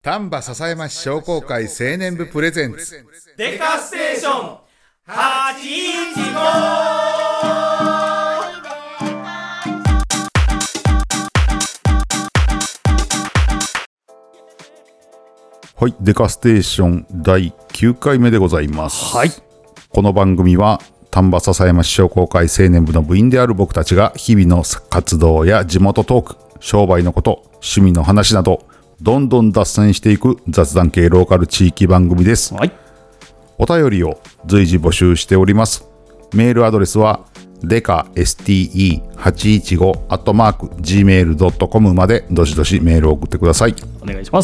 丹波篠山市商工会青年部プレゼンツデカステーション815。 はい、デカステーション第9回目でございます。 はい、 この番組は丹波篠山市商工会青年部の部員である僕たちが日々の活動や地元トーク、商売のこと、趣味の話などどんどん脱線していく雑談系ローカル地域番組です。 はい、 お便りを随時募集しております。メールアドレスはdekaste815@gmail.com までどしどしメールを送ってください。 お願いします。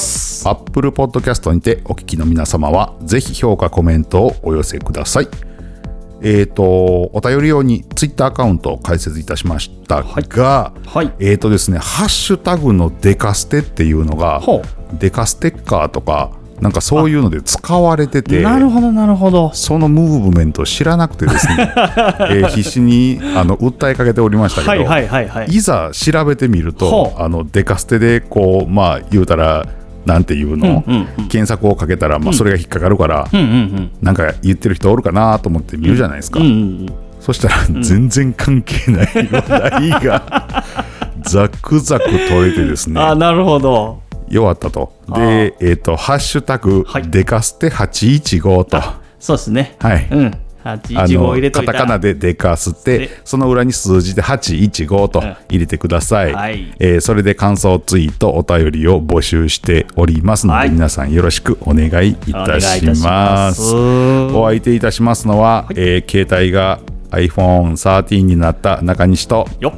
Apple Podcast にてお聞きの皆様はぜひ評価コメントをお寄せください。お便り用にツイッターアカウントを開設いたしましたが、 はいですね、ハッシュタグのデカステっていうのがデカステッカーとかなんかそういうので使われてて、 なるほどなるほど、 そのムーブメントを知らなくてですね、必死に訴えかけておりましたけど、 はいはいはいはい、 いざ調べてみるとデカステでこうまあ言うたらなんていうの、検索をかけたら、まあ、それが引っかかるから、なんか言ってる人おるかなと思って見るじゃないですか。そしたら全然関係ない話題がザクザク取れてですね、 あ、なるほど、 弱ったと。で、ハッシュタグ、デカステ815と、 そうですね、 はい、 815入れといたらカタカナでデカステ、その裏に数字で815と入れてください。 はい、 それで感想ツイートお便りを募集しておりますので、はい、皆さんよろしくお願いいたします。お相手いたしますのは、はい、携帯が iPhone13 になった中西とよ、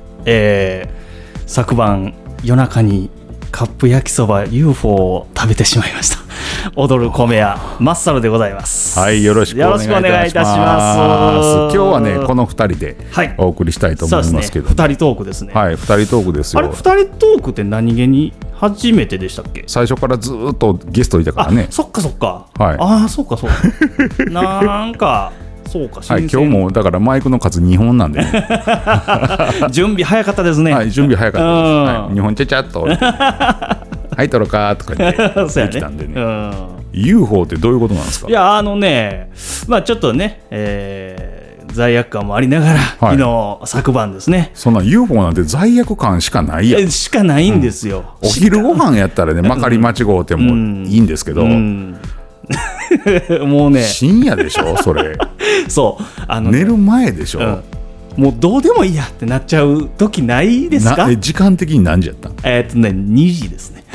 昨晩夜中にカップ焼きそば UFO を食べてしまいました。踊る米屋マッサルでございます。 はい、よろしくお願いいたします。今日はねこの2人でお送りしたいと思いますけど、 2人トークですね。 はい、2人トークですよ。 あれ2人トークって何気に初めてでしたっけ？ 最初からずっとゲストいたからね。 そっかそっか、 はい、 ああ、そうかそうかなんかそうか、 はい、今日もだからマイクの数2本なんで、ね、 準備早かったですね。 はい、準備早かったです、はい、2本ちゃちゃっとはい撮ろうかとか言ってできたんでね。UFO ってどういうことなんですか？ いやまあちょっとね、罪悪感もありながら、はい、昨晩ですね。 そんな UFO なんて罪悪感しかないやん。 しかないんですよ、 お昼ご飯やったらねまかり間違うてもいいんですけど、 もうね深夜でしょそれそう寝る前でしょ、 もうどうでもいいやってなっちゃう時ないですか？ 時間的に何時やった？ 2時ですね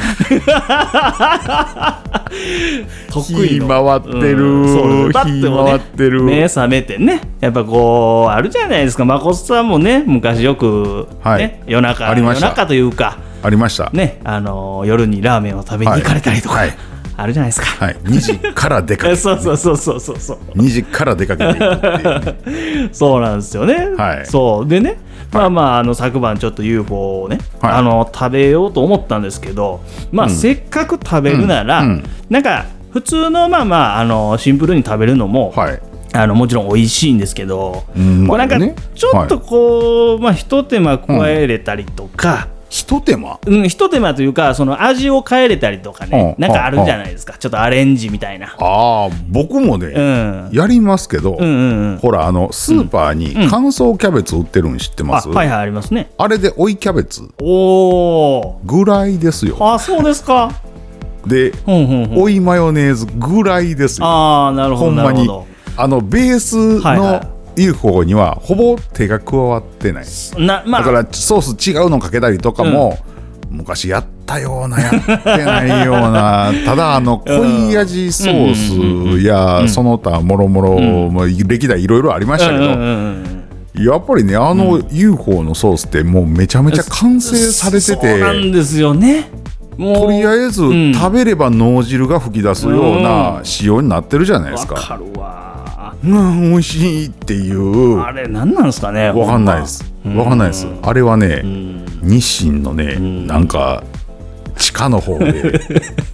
日回ってる、日回ってる、 目覚めてね、やっぱこうあるじゃないですか。まこさんもね昔よく、ね、はい、夜中というかありましたね、 夜にラーメンを食べに行かれたりとか、はいはい、あるじゃないですか、はい、 2時から出かけて、ね、 そう 2時から出かけていくっていう、ね、 そうなんですよね、はい、そうでね、まあ昨晩ちょっと UFO をね、はい、食べようと思ったんですけど、まあせっかく食べるなら、なんか普通のシンプルに食べるのも、はい、もちろん美味しいんですけど、こうなんかちょっとこう、ひと手間加えれたりとか、 ひと手間、 ひと手間というかその味を変えれたりとかね、なんかあるじゃないですか、ちょっとアレンジみたいな。 僕もね、やりますけど、ほらスーパーに乾燥キャベツ売ってるん知ってます？ はいはい、ありますね。 あれで追いキャベツぐらいですよ。 そうですか。 で、追いマヨネーズぐらいですよ。 なるほど、 ほんまにベースのUFO にはほぼ手が加わってない、だからソース違うのかけたりとかも、昔やったようなやってないようなただ濃い味ソースやその他もろもろ歴代いろいろありましたけど、やっぱりねUFO のソースってもうめちゃめちゃ完成されてて、 そうなんですよね。 とりあえず食べれば脳汁が噴き出すような仕様になってるじゃないですか。 わかるわ。 美味しいっていう、 あれ何なんですかね。 わかんないです。あれはね、日清のね、なんか地下の方で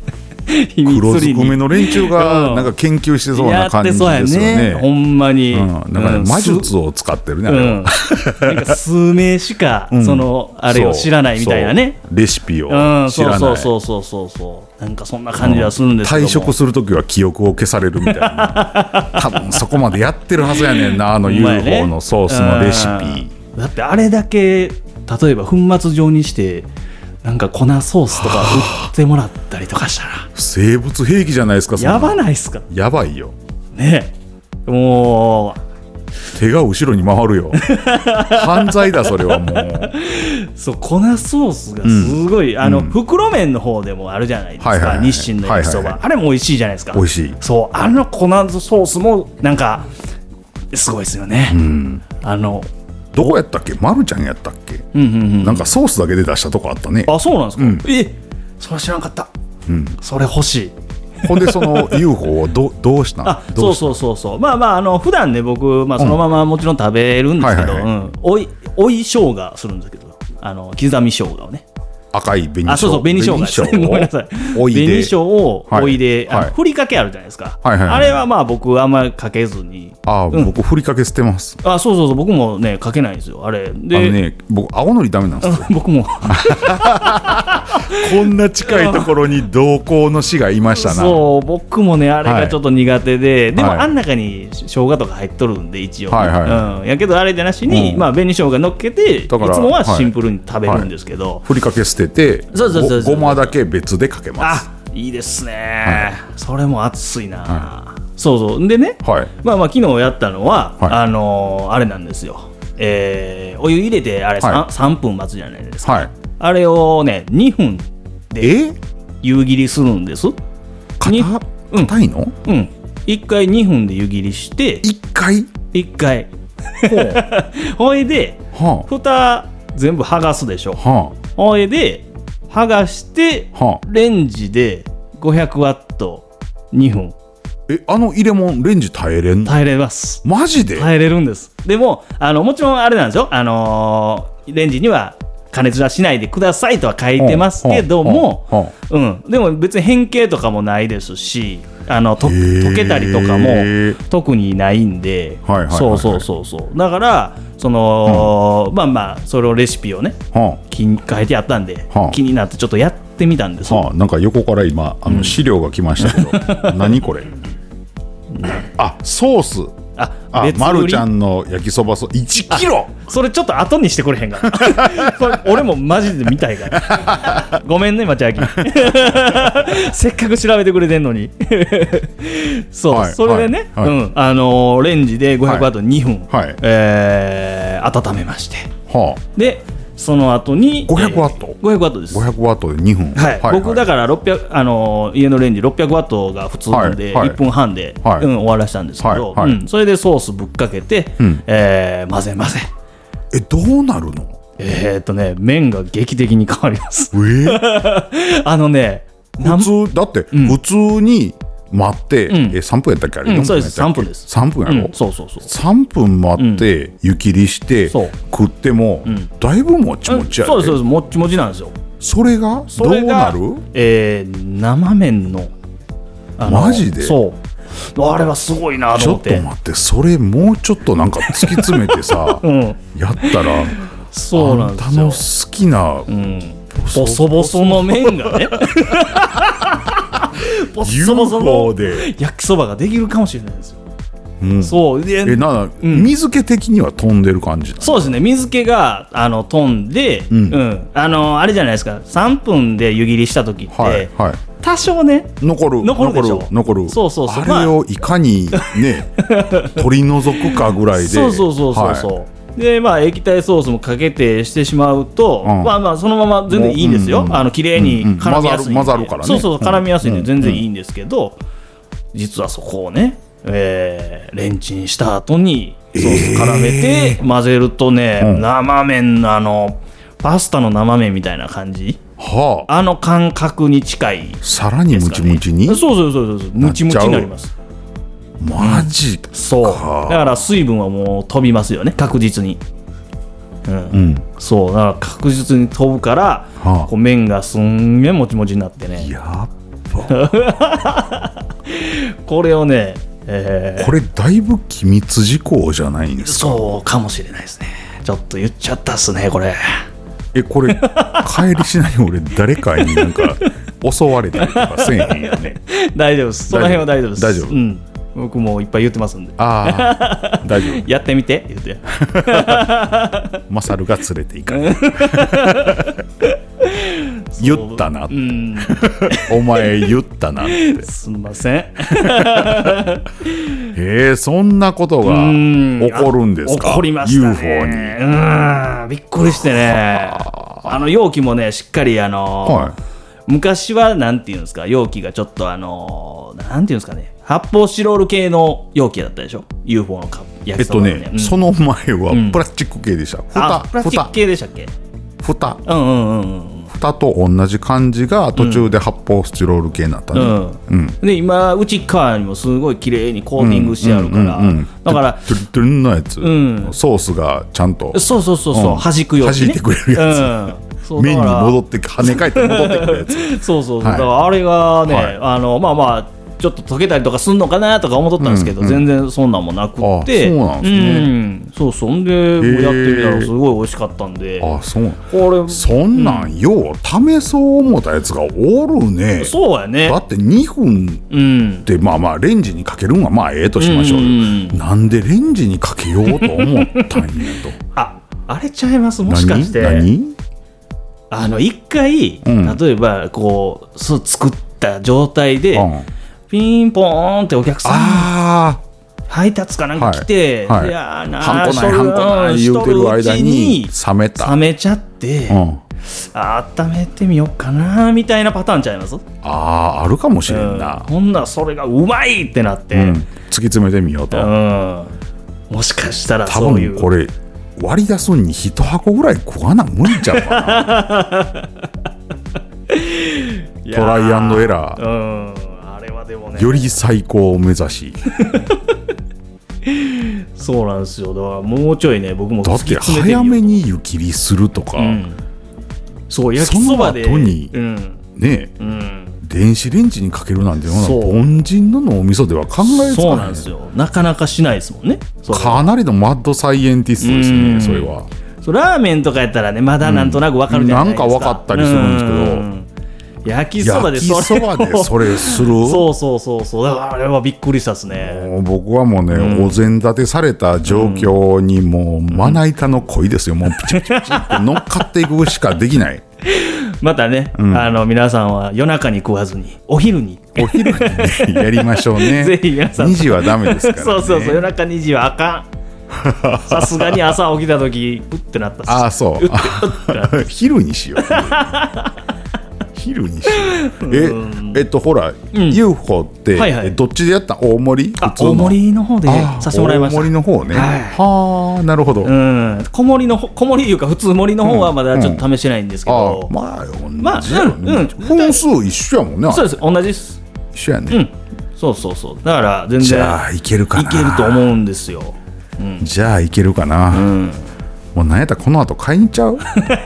秘密黒ず裏にくめの連中がなんか研究してそうな感じですよやってそうやね。 ねほんまに、 だから魔術を使ってるね、あれは。 なんか数名しかそのあれを知らないみたいなね、 レシピを知らない。 そうなんかそんな感じはするんですけども、 退職するときは記憶を消されるみたいな多分そこまでやってるはずやねんな、UFO のソースのレシピ。 だってあれだけ例えば粉末状にしてなんか粉ソースとか売ってもらったりとかしたら生物兵器じゃないですか。 やばないっすか。 やばいよね。もう手が後ろに回るよ犯罪だそれはもう。 そう粉ソースがすごい、袋麺の方でもあるじゃないですか、日清の焼きそば、あれも美味しいじゃないですか。 美味しい。 そう粉ソースもなんかすごいですよね、 どこやったっけ、まるちゃんやったっけ、なんかソースだけで出したとこあったね。 あ、そうなんですか、それ知らなかった、それ欲しい。 ほんでその UFO をどうしたの。 そうまあ普段ね僕、そのままもちろん食べるんですけど、追い生姜するんですけど、刻み生姜をね、 赤い紅生姜。紅生姜ですね。ごめんなさい。紅生姜をおいで、ふりかけあるじゃないですか。あれはまあ僕あんまりかけずに。 僕ふりかけ捨てます。 そう僕もねかけないんですよあれで。 僕青のりダメなんですよ。 僕もこんな近いところに同行の死がいましたな。 そう僕もねあれがちょっと苦手で、でもあん中に生姜とか入っとるんで一応、やけどあれじゃなしに、紅生姜乗っけていつもはシンプルに食べるんですけど、 ふりかけ捨ててごまだけ別でかけます。 いいですね、それも熱いな、そうでね、昨日やったのは、あれなんですよ、お湯入れてあれ 3分待つじゃないですか、あれをね2分で湯切りするんです。 硬いの 1回2分で湯切りして 1回ほいで蓋全部剥がすでしょ、ほいで剥がしてレンジで500ワット2分。 入れ物レンジ耐えれんの？ 耐えれます。 マジで？ 耐えれるんです。でももちろんあれなんですよ、レンジには加熱はしないでくださいとは書いてますけども、でも別に変形とかもないですし、溶けたりとかも特にないんで、そうだからその、それをレシピをね書いてあったんで、気になってちょっとやってみたんです。 なんか横から今資料が来ましたけど、何これソース。まるちゃんの焼きそば1キロ。 それちょっと後にしてくれへんかこれ俺もマジで見たいからごめんね町明せっかく調べてくれてんのにそれでね、レンジで500ワット2分、温めまして、でその後に 500ワット 500ワットです。 500ワットで2分、 僕だから600家のレンジ600ワットが普通なんで、1分半で、終わらしたんですけど、それでソースぶっかけて、混ぜどうなるの？ 麺が劇的に変わります。 普通だって普通に待って、3分やったっけあれ？ そうです、3分です。 3分やろ、3分待って湯切りして食ってもだいぶもちもちやで。 そうです、もっちもちなんですよ。 それがどうなる？ 生麺のマジで？ あれはすごいなと思って。 ちょっと待って、それもうちょっとなんか突き詰めてさ、やったらそうなんですよ。 あんたの好きなボソボソの麺がねボソボソの焼きそばができるかもしれないですよ。そうで水気的には飛んでる感じ。 そうですね、水気が飛んで、あれじゃないですか、3分で湯切りした時って、多少ね残るでしょ。そうあれをいかにね取り除くかぐらいでで液体ソースもかけてしてしまうと、そのまま全然いいんですよ。綺麗に絡みやすいんで、 混ざるからね。 絡みやすいんで全然いいんですけど、実はそこをねレンチンした後にソース絡めて混ぜるとね、生麺のパスタの生麺みたいな感じ、感覚に近い、 さらにムチムチに、 そうムチムチになります。 マジか。 そうだから水分はもう飛びますよね、確実に。そうだから確実に飛ぶから、麺がすんげえもちもちになってね、 やっこれをね、 これだいぶ機密事項じゃないんですか。 そうかもしれないですね。ちょっと言っちゃったっすねこれ。 これ帰りしない俺誰かになんか襲われたりとかせえへんよね。 大丈夫です、その辺は大丈夫です。 大丈夫、 僕もいっぱい言ってますんで。 大丈夫やってみて言ってマサルが連れていかない言ったなって、お前言ったなってすんませんそんなことが起こるんですか。 起こりましたね。 UFO にびっくりしてね。容器もねしっかり昔はなんていうんですか、容器がちょっとなんていうんですかね、発泡スチロール系の容器だったでしょ UFO の焼きそばね。 その前はプラスチック系でした。 プラスチック系でしたっけ。 蓋と同じ感じが途中で発泡スチロール系になったね。 で今内側にもすごい綺麗にコーティングしてあるから、だからトゥルトゥルのやつ、ソースがちゃんとそう弾くようにね、 弾いてくれるやつ、麺に戻って跳ね返って戻ってくるやつそうだからあれがね、まあちょっと溶けたりとかすんのかなとか思っとったんですけど、全然そんなんもなくって。 そうなんですね。 そんでやってみたらすごい美味しかったんで。そんなんよう試そう思ったやつがおるね。 そうやね。 だって2分ってまあレンジにかけるんはまあええとしましょうよ。なんでレンジにかけようと思ったんやと。 あれちゃいます、もしかして一回、例えばこう作った状態で、ピンポーンってお客さん配達かなんか来て、 ハンコない言うてる間に冷めちゃって、 温めてみようかなみたいなパターンちゃいます。 あるかもしれんな。 ほんならそれがうまいってなって、 突き詰めてみようと。 もしかしたらそういう、 多分これ割り出すに1箱ぐらい食わな無理ちゃうかなトライアンドエラー、 でもね、 より最高を目指しそうなんですよ。だからもうちょいね、僕もだって早めに湯切りするとか、 そう焼きそばでその後に電子レンジにかけるなんていうのは凡人の脳みそでは考えつかない。 そうなんですよ。なかなかしないですもんね。 かなりのマッドサイエンティストですね。それはラーメンとかやったらね、まだなんとなく分かるじゃないですか。 なんか分かったりするんですけど、 焼きそばでそれするそうだからあれはびっくりしたっすね。 僕はもうね、お膳立てされた状況にもうまな板の恋ですよ。もうピチピチピチって乗っかっていくしかできないまたね、皆さんは夜中に食わずにお昼にね、やりましょうねぜひ皆さん 2時はダメですからね。 そう夜中2時はあかんさすがに朝起きた時うってなったっす。 そう昼にしよう昼にしよう。ほら、UFO ってどっちでやった？大盛り？ 大盛りの方でさせてもらいました。 大盛りの方ね。はあ、なるほど。 小盛りいうか普通盛りの方はまだちょっと試してないんですけど、 まあ同じやね。本数一緒やもんね。 そうです、同じです。 一緒やね。 そうだから全然じゃあいけるかな。 いけると思うんですよ。 じゃあいけるかな。もうなんやったらこの後買いに行っちゃう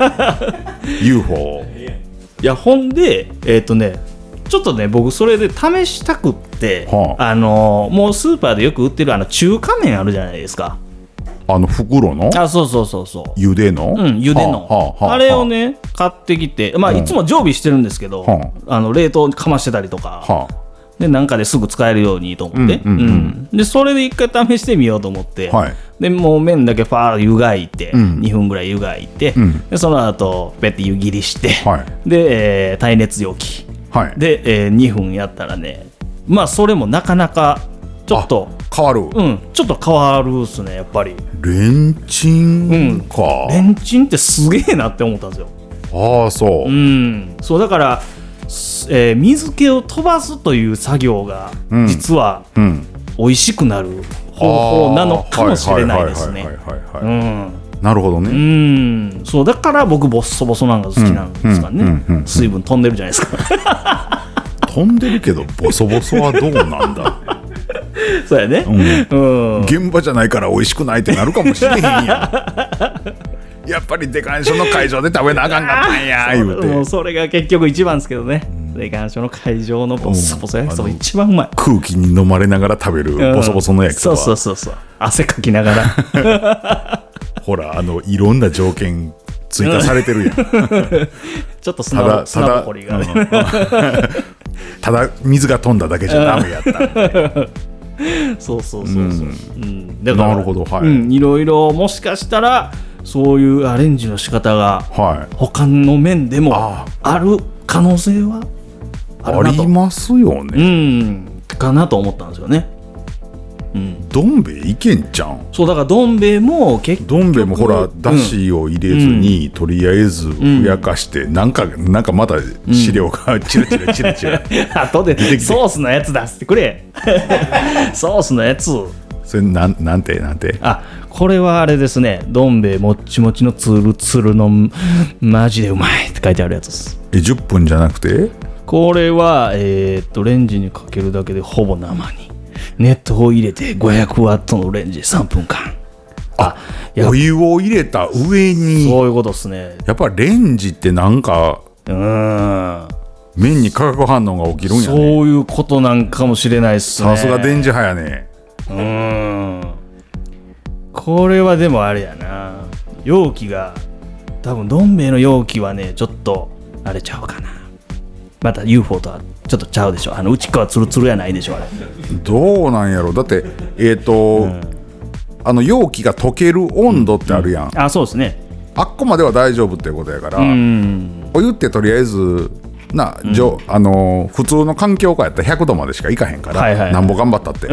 UFO。 いやほんでちょっとね僕それで試したくって、もうスーパーでよく売ってる中華麺あるじゃないですか。 袋のそう茹での茹でのあれをね買ってきて、いつも常備してるんですけど、冷凍かましてたりとかでなんかですぐ使えるようにと思って、でそれで一回試してみようと思って、でもう麺だけファー湯がいて、2分ぐらい湯がいて、でその後ペッて湯切りして、で、耐熱容器、で、2分やったらね、それもなかなかちょっと変わる、 ちょっと変わるっすね。やっぱりレンチンか、 レンチンってすげえなって思ったんですよ。そうだから水気を飛ばすという作業が実は美味しくなる方法なのかもしれないですね。 なるほどね。 そうだから僕ボッソボソなんか好きなんですかね。水分飛んでるじゃないですか飛んでるけどボソボソはどうなんだそうやね、 現場じゃないから美味しくないってなるかもしれへんやっぱりデカンションの会場で食べなあかんかったんや言うて、 もうそれが結局一番ですけどね。 霊感商の会場のボソボソ焼きそば一番うまい。 空気に飲まれながら食べるボソボソの焼きそば、 そう汗かきながらほらいろんな条件追加されてるやんちょっと砂ぼこりがね、 ただ水が飛んだだけじゃダメやったみたいなそう、だからなるほど、はい、 いろいろもしかしたらそういうアレンジの仕方が他の面でもある可能性はありますよね、 かなと思ったんですよね。 どん兵衛いけんちゃん。 そうだからどん兵衛も結局どん兵衛もほらだしを入れずに、とりあえずふやかして、なんかまた資料がチラチラ後でソースのやつ出してくれソースのやつそれなんてこれはあれですね、どん兵衛もっちもちのつるつるのマジでうまいって書いてあるやつです。 10分じゃなくてこれはレンジにかけるだけでほぼ生に熱湯を入れて500ワットのレンジで3分間。 お湯を入れた上に。 そういうことですね。 やっぱレンジってなんか麺に化学反応が起きるんやね。 そういうことなんかもしれないっすね。 さすが電磁波やね。 これはでもあれやな、容器が多分どん兵衛の容器はねちょっとあれちゃうかな。また UFO とはちょっとちゃうでしょ。内側ツルツルやないでしょあれ。 どうなんやろ。だって容器が溶ける温度ってあるやん、 そうですね。 あっこまでは大丈夫っていうことやから、お湯ってとりあえず普通の環境下やったら100度までしかいかへんから、なんぼ頑張ったって、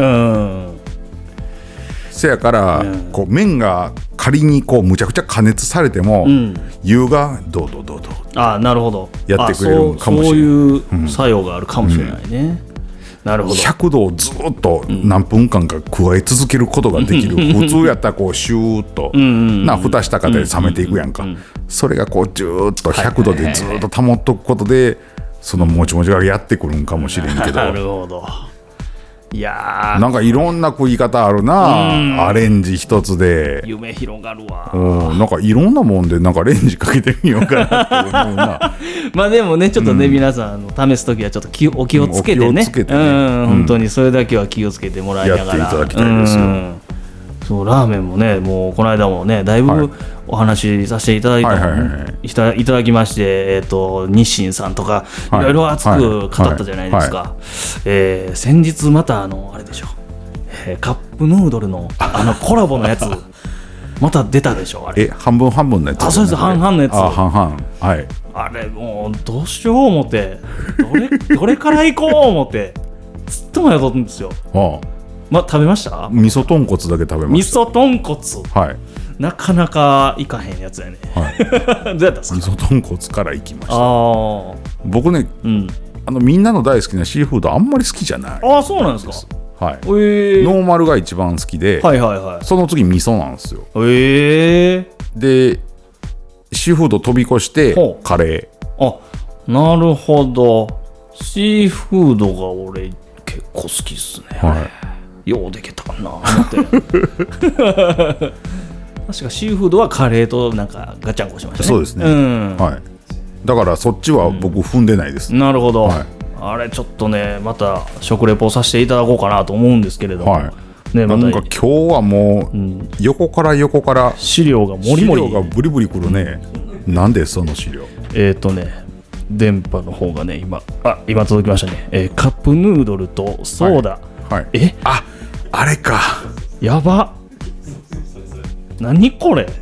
せやから、こう麺が仮にこうむちゃくちゃ加熱されても、湯がどうなるほどやってくれるかもしれない。 そういう作用があるかもしれないね、なるほど。 100度をずっと何分間か加え続けることができる、普通やったらこうシューッと蓋したかで冷めていくやんか、それがこうジューッと100度でずっと保っとくことでそのもちもちがやってくるんかもしれんけどなるほど。いやなんかいろんな食い方あるな、アレンジ一つで夢広がるわ。 なんかいろんなもんでなんかレンジかけてみようかなって思うなまあでもねちょっとね、皆さん試すときはちょっとお気をつけてね、本当にそれだけは気をつけてもらいながらやっていただきたいですよ。 そうラーメンもねもうこの間もねだいぶお話しさせていただいただきまして、日清さんとかいろいろ熱く語ったじゃないですか。先日またあれでしょ、カップヌードルのコラボのやつまた出たでしょ。あれ半分半分のやつ。 そうです、半々のやつ。 半々、はい。 あれもうどうしよう思ってどれから行こう思ってずっと迷ったんですよ。食べました？ 味噌豚骨だけ食べました。 味噌豚骨、 はい、 なかなかいかへんやつやね、どうやったんですか？ 味噌豚骨からいきました。僕ね、みんなの大好きなシーフードあんまり好きじゃない。 そうなんですか？ はい、ノーマルが一番好きで、その次味噌なんですよ。でシーフード飛び越してカレー。 なるほど。シーフードが俺結構好きっすね、ようできたかな思って確かシーフードはカレーとなんかガチャンコしましたね。 そうですね、だからそっちは僕踏んでないです、 なるほど、あれちょっとねまた食レポさせていただこうかなと思うんですけれども、ね、 なんか今日はもう横から資料がもりもり、 資料がブリブリくるね、なんでその資料電波の方がね今届きましたね、カップヌードルとソーダ、 あれか、 やば、何これ、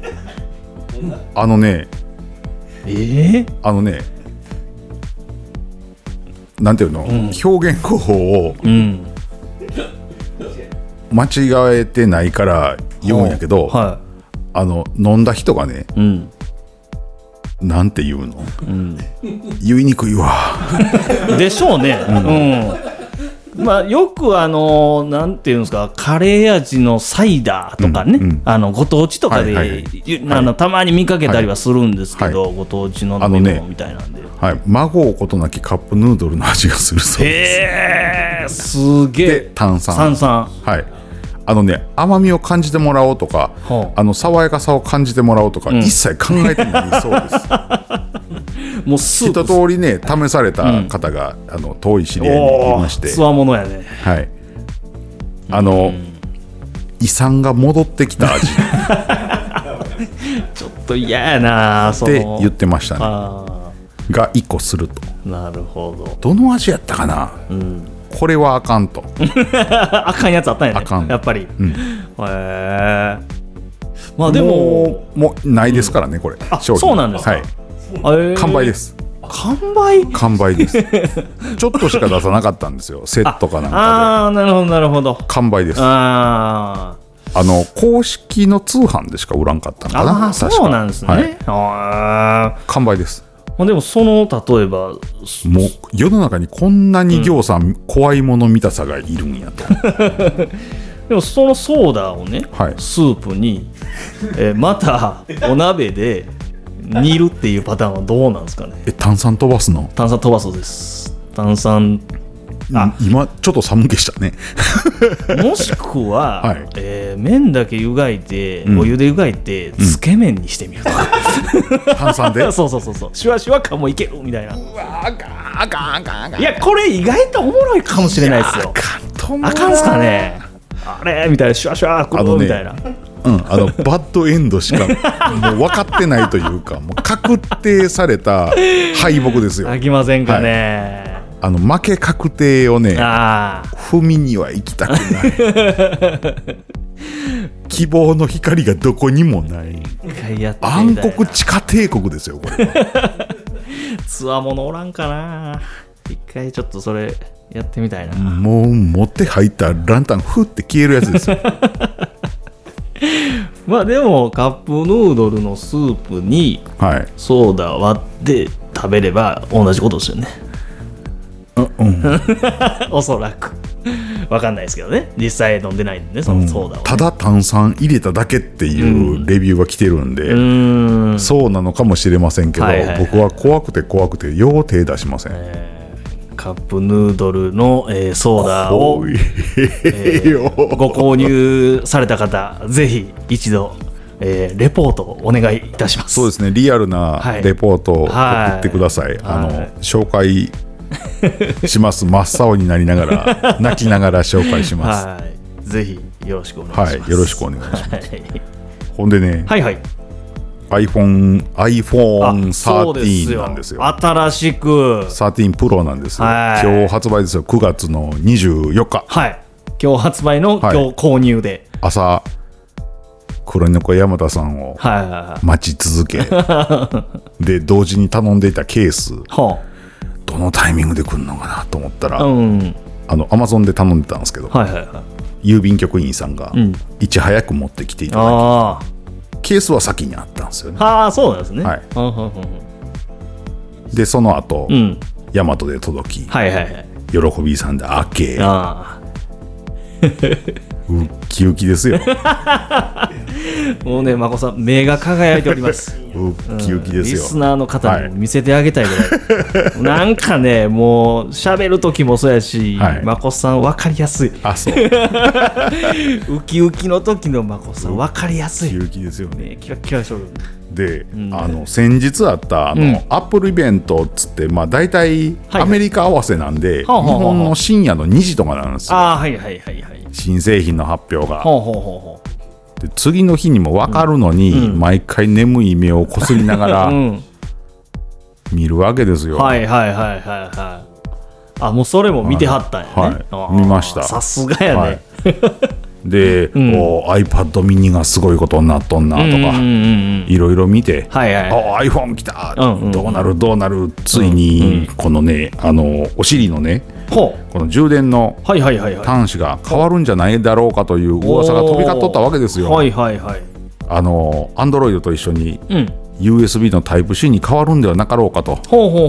なんていうの、表現方法を間違えてないから言うんやけど、飲んだ人がね、なんて言うの、言いにくいわでしょうね、よくなんていうんですか、カレー味のサイダーとかね、ご当地とかでたまに見かけたりはするんですけど、ご当地の飲み物みたいなんで、 孫うことなきカップヌードルの味がするそうです。 すげえ。 炭酸、 甘みを感じてもらおうとか、爽やかさを感じてもらおうとか、一切考えてないそうです。 もう一通りね試された方が、遠い知り合いにいまして、 つわものやね。 はい、遺産が戻ってきた味ちょっと嫌やなって言ってましたね。が1個すると。 なるほど。 どの味やったかな、これはあかんとあかんやつあったんやね、 あかんやっぱり、まあでももうないですからね、これ商品。そうなんですか。 完売です。完売ですちょっとしか出さなかったんですよ、セットかなんかで。 なるほどなるほど。 完売です。公式の通販でしか売らんかったのかな。 そうなんですね、 完売です。 でも例えばもう世の中にこんなにぎょうさん、怖いもの見たさがいるんやとでもそのソーダをね、スープに、またお鍋で煮るっていうパターンはどうなんですかね。 炭酸飛ばすの？ 炭酸飛ばすです。炭酸今ちょっと寒気したねもしくは、麺だけ湯がいて、お湯で湯がいてつけ麺にしてみるとか、 炭酸でそうシュワシュワ感もいけるみたいな。 うわあかん。 いやこれ意外とおもろいかもしれないですよ。あかんすかね、あれみたいな、シュワシュワくるみたいな。 バッドエンドしかもう分かってないというか、もう確定された敗北ですよ。 飽きませんかね、 負け確定をね踏みには行きたくない希望の光がどこにもない。暗黒地下帝国ですよこれつわものおらんかな。一回ちょっとそれやってみたいな。 もう持って入ったランタンフって消えるやつですよまあでもカップヌードルのスープにソーダ割って食べれば同じことですよね。おそらく分かんないですけどね、実際飲んでないんでね、そのソーダを、 ただ炭酸入れただけっていうレビューが来てるんで、そうなのかもしれませんけど、僕は怖くてよう手出しません。 カップヌードルの、ソーダを、ご購入された方ぜひ一度、レポートをお願いいたします。 そうですね、リアルなレポートを送ってください。紹介します真っ青になりながら泣きながら紹介します。 ぜひよろしくお願いします。 よろしくお願いします。ほんでね、iPhone13 なんですよ。 新しく 13 Pro なんですよ。今日発売ですよ。9月の24日。 今日発売の今日購入で、 朝黒猫山田さんを待ち続けで同時に頼んでいたケース、どのタイミングで来るのかなと思ったら、Amazon で頼んでたんですけど、郵便局員さんがいち早く持ってきていただいて、ケースは先にあったんですよね。 そうなんですね。 でその後、ヤマトで届き、喜びさんで開け、ウキウキですよもうね、まこさん目が輝いておりますウキウキですよ。 リスナーの方にも見せてあげたいぐらい、なんかね、もう喋る時もそうやし、まこさん分かりやすい。 そうウキウキの時のまこさん分かりやすい。 ウキウキですよね。 キラキラしとる。 で、先日あったアップルイベントっつって、だいたいアメリカ合わせなんで、日本の深夜の2時とかなんですよ。新製品の発表が。で次の日にも分かるのに、毎回眠い目をこすりながら見るわけですよ。 もうそれも見てはったんやね。 見ました。 さすがやね。 で、iPad mini がすごいことになっとんなとか、いろいろ見て、iPhone 来た、どうなる、ついにこのね、お尻のね、この充電の端子が変わるんじゃないだろうかという噂が飛び交っとったわけですよ。Android と一緒に USB の Type-C に変わるんではなかろうかと。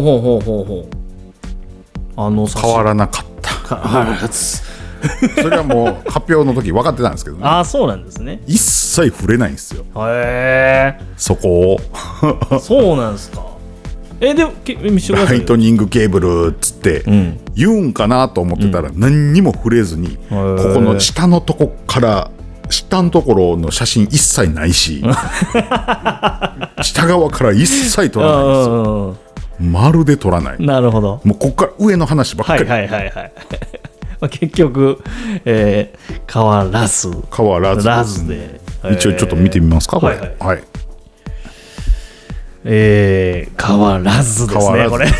変わらなかった。それはもう発表の時分かってたんですけどね。 そうなんですね。 一切触れないんですよ。そこをそうなんですか。 でもライトニングケーブルっつって言うんかなと思ってたら、何にも触れずに、ここの下のとこから下のところの写真一切ないし下側から一切撮らないんですよ。まるで撮らない。 なるほど。 もうここから上の話ばっかり。 結局、変わらずで、 一応ちょっと見てみますか、これ。 変わらずですね、これ。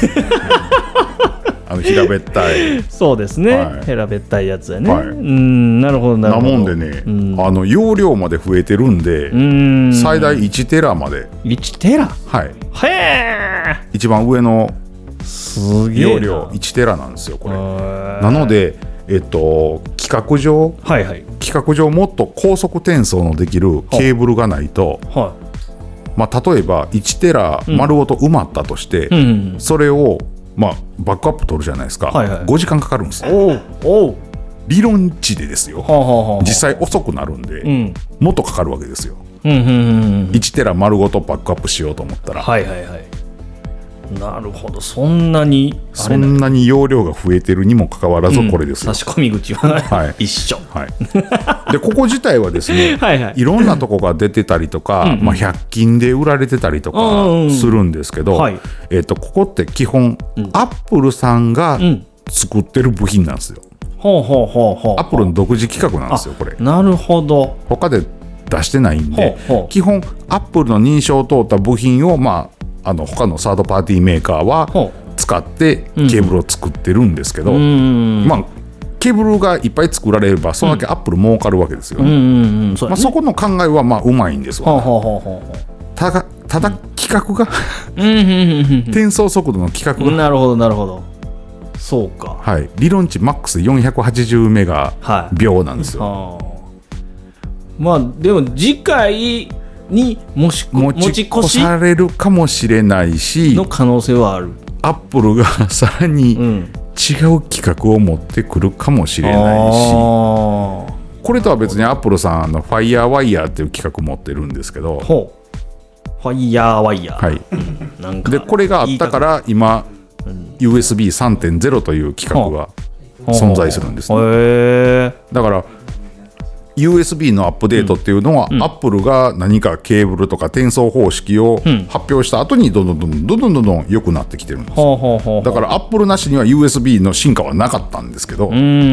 平べったい。 そうですね、平べったいやつやね。なるほどなるほど。 なもんでね、容量まで増えてるんで、最大1テラまで。 1テラ。 はい。 へえ。 一番上の容量1テラなんですよ、これ。なので、規格上もっと高速転送のできるケーブルがないと、例えば1テラ丸ごと埋まったとして、それをバックアップ取るじゃないですか、5時間かかるんですよ。理論値でですよ。実際遅くなるんで、もっとかかるわけですよ。1テラ丸ごとバックアップしようと思ったら。 なるほど。そんなに容量が増えてるにもかかわらずこれですよ。 差し込み口は一緒。 でここ自体はですねいろんなとこが出てたりとか、100均で売られてたりとかするんですけど、ここって基本アップルさんが作ってる部品なんですよ。アップルの独自規格なんですよ、これ。 なるほど。 他で出してないんで、基本アップルの認証を通った部品を他のサードパーティーメーカーは使ってケーブルを作ってるんですけど、ケーブルがいっぱい作られればそのだけアップル儲かるわけですよね。そこの考えはうまいんですわ。ただ規格が転送速度の規格がなるほどなるほど。そうか。 理論値マックス480メガ秒なんですよ。 でも次回に持ち越されるかもしれないしの可能性はある。 アップルがさらに違う規格を持ってくるかもしれないし、これとは別にアップルさんファイヤーワイヤーっていう規格持ってるんですけど、 ファイヤーワイヤー、 でこれがあったから今、USB3.0 という規格が存在するんですね。だからUSB のアップデートっていうのは、アップルが何かケーブルとか転送方式を発表した後にどんどん良くなってきてるんですよ。だからアップルなしには USB の進化はなかったんですけど、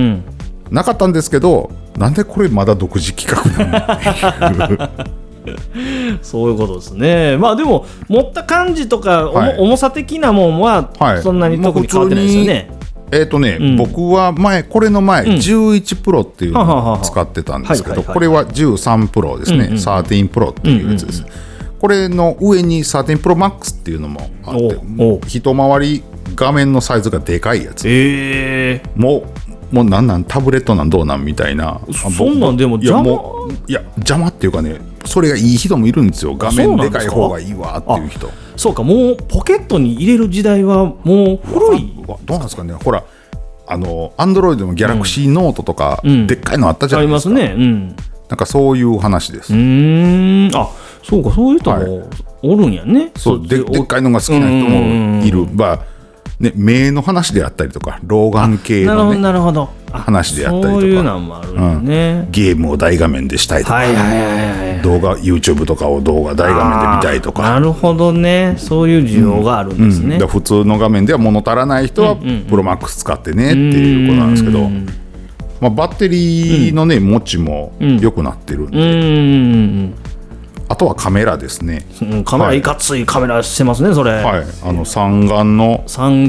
なんでこれまだ独自規格なのそういうことですね。でも持った感じとか、重さ的なもんはそんなに特に変わってないですよね。僕はこれの前、11プロっていうのを使ってたんですけど、これは13プロですね、13プロっていうやつです。これの上に13プロマックスっていうのもあって、一回り画面のサイズがでかいやつ。もうなんタブレットなんどうなんみたいな。 そんなんでも邪魔？ いや邪魔っていうかね、それがいい人もいるんですよ。画面でかい方がいいわっていう人。 そうか、もうポケットに入れる時代はもう古い。 どうなんですかね。ほらアンドロイドのギャラクシーノートとか、でっかいのあったじゃないですか。 ありますね。 なんかそういう話です。 そうか、そういう人もおるんやね。 でっかいのが好きな人もいる。目の話であったりとか、老眼系のね話であったりとか、 そういうのもあるんね。 ゲームを大画面でしたいとか、動画 YouTube とかを大画面で見たいとか。 なるほどね。そういう需要があるんですね。 普通の画面では物足らない人はプロマックス使ってねっていうことなんですけど、バッテリーのね持ちも良くなってるんで、あとはカメラですね。 カメラいかついカメラしてますね、それ。 三眼の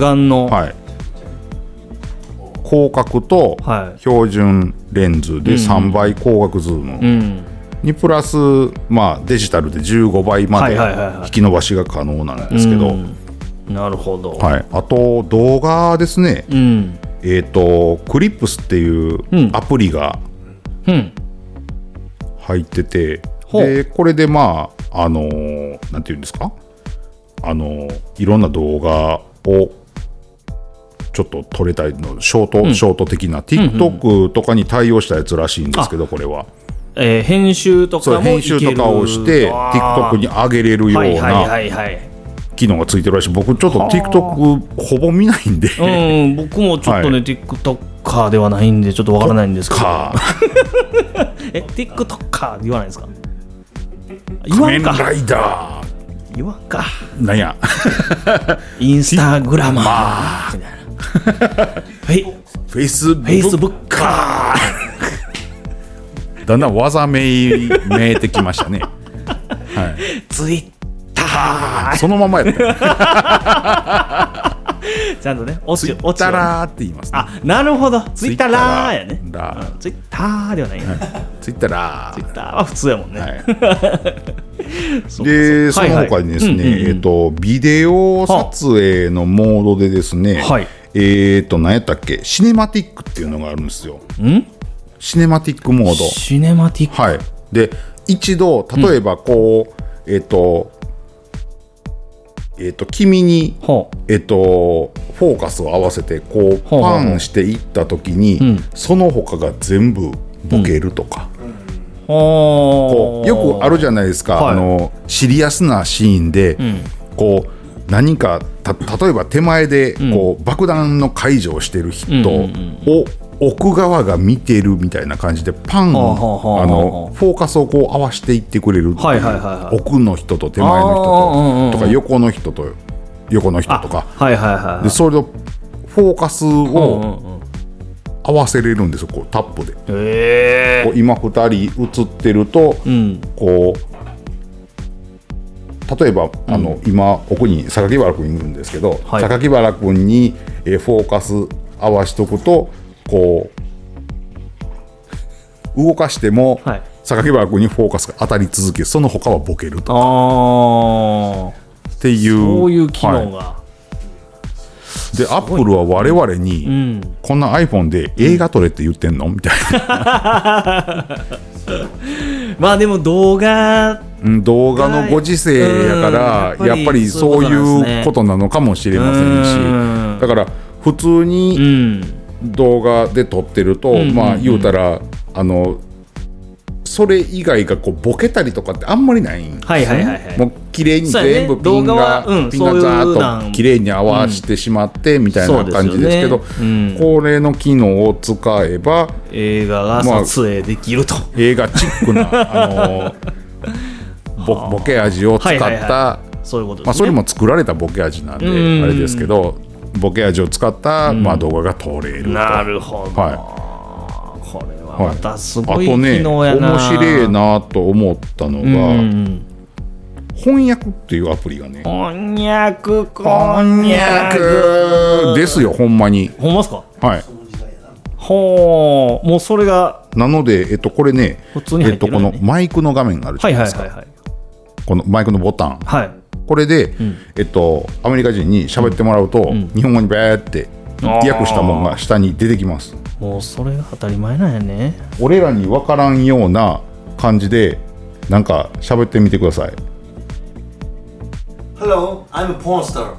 広角と標準レンズで3倍光学ズームにプラス、デジタルで15倍まで引き伸ばしが可能なんですけど、 なるほど。 あと動画ですね。クリップスっていうアプリが入ってて、でこれでなんていうんですか、いろんな動画をちょっと撮れたりのショート的な TikTok とかに対応したやつらしいんですけど、これは編集とかも編集とかをして TikTok に上げれるような機能がついてるらしい。僕ちょっと TikTok ほぼ見ないんで、 僕もちょっとね、TikToker ではないんでちょっとわからないんですけどTikToker 言わないですか？ 仮面ライダー言わんか。 なんやインスタグラマーみたいなフェイスブッカーだんだん技めいてきましたね。 ツイッターそのままやったちゃんとね、 ツイッターって言いますね。 なるほど、ツイッターラーやね。ツイッターではないよね。 ツイッターラー。 ツイッターは普通やもんね。 で、その他にですね、ビデオ撮影のモードでですね、何やったっけ、シネマティックっていうのがあるんですよ。シネマティックモード。 シネマティック。 はい。で、一度例えばこう、君に、フォーカスを合わせてこうパンしていった時に、その他が全部ボケるとか、こうよくあるじゃないですか、シリアスなシーンで、こう何か例えば手前でこう、爆弾の解除をしてる人を奥側が見てるみたいな感じでパンフォーカスをこう合わせていってくれる、奥の人と手前の人とか横の人と横の人とか、でそれとフォーカスを合わせれるんですよ、こうタップで。こう今2人映ってると、こう例えば今奥に榊原君いるんですけど、榊原君にフォーカス合わしとくとこう動かしても、榊原君にフォーカスが当たり続け、その他はボケるとかっていう、 そういう機能が、 でアップルは我々に、こんな iPhone で映画撮れって言ってんのみたいなまあでも動画のご時世やから、やっぱりそういうことなのかもしれませんし、だから普通に動画で撮ってると、まあ言うたらそれ以外がこうボケたりとかってあんまりないんですね。もう綺麗に全部ピンがザーッと綺麗に合わせてしまってみたいな感じですけど、これの機能を使えば映画が撮影できると、 映画チックなボケ味を使ったそれも作られたボケ味なんであれですけど、ボケ味を使った動画が撮れると。 なるほど、これはまたすごい機能やな。 あとね、面白いなと思ったのが、翻訳っていうアプリがね、 翻訳ですよ、ほんまに。 ほんまですか？ はい。 ほう、もうそれがなので、これね、このマイクの画面があるじゃないですか。このマイクのボタン、これで、アメリカ人に喋ってもらうと、日本語にバーって訳したものが下に出てきます。 もうそれが当たり前なんやね。 俺らに分からんような感じでなんか喋ってみてください。 Hello, I'm a porn star.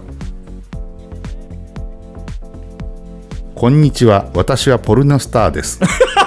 こんにちは、私はポルノスターです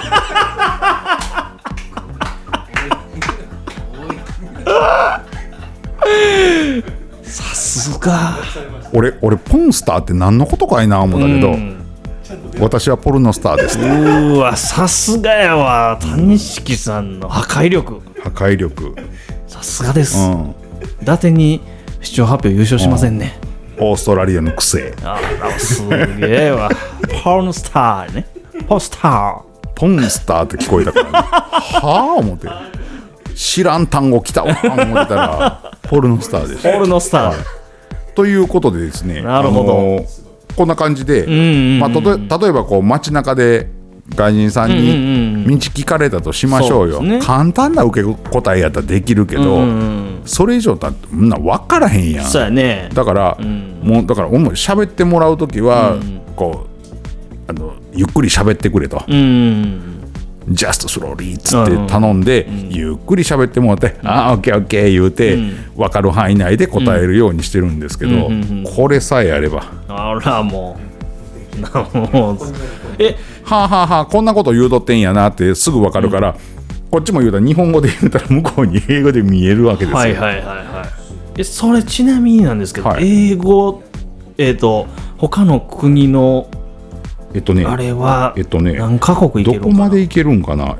さすが。 俺ポンスターって何のことかいな思ったけど、私はポルノスターです、ね、 うわ、さすがやわ、谷敷さんの破壊力。さすがです、伊達に視聴発表優勝しませんね、 オーストラリアのくせ。 すげえわポルノスターね。ポンスターって聞こえたから、ね、はあ思って知らん単語来たわ思ってたらポルノスターでした。 ポルノスター、 ということでですね、 なるほど、 こんな感じで、例えばこう街中で外人さんに道聞かれたとしましょうよ、簡単な受け答えやったらできるけど、それ以上だってみんな分からへんやん。 そうやね。 だからもう喋ってもらうときは、こうゆっくり喋ってくれと、ジャストスローリーっつって頼んで、ゆっくり喋ってもらって、ああオッケーオッケー言うて、分かる範囲内で答えるようにしてるんですけど、これさえあれば、 あらもうはあはあはあ、こんなこと言うとってんやなってすぐ分かるから、こっちも言うたら日本語で言うたら向こうに英語で見えるわけですよ。 それちなみになんですけど、はい、英語他の国のあれは何カ国いけるのかな、 どこまでいけるんかな。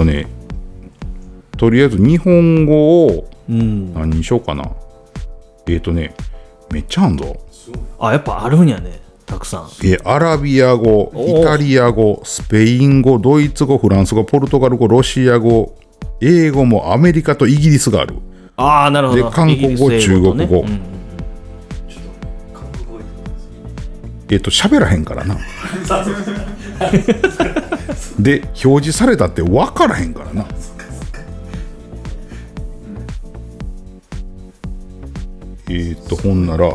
とりあえず日本語を何にしようかな。めっちゃあんぞ。 やっぱあるんやね、たくさん。 アラビア語、イタリア語、スペイン語、ドイツ語、フランス語、ポルトガル語、ロシア語、英語もアメリカとイギリスがある。 なるほど。 で韓国語、中国語、喋らへんからなで表示されたって分からへんからな。ほんなら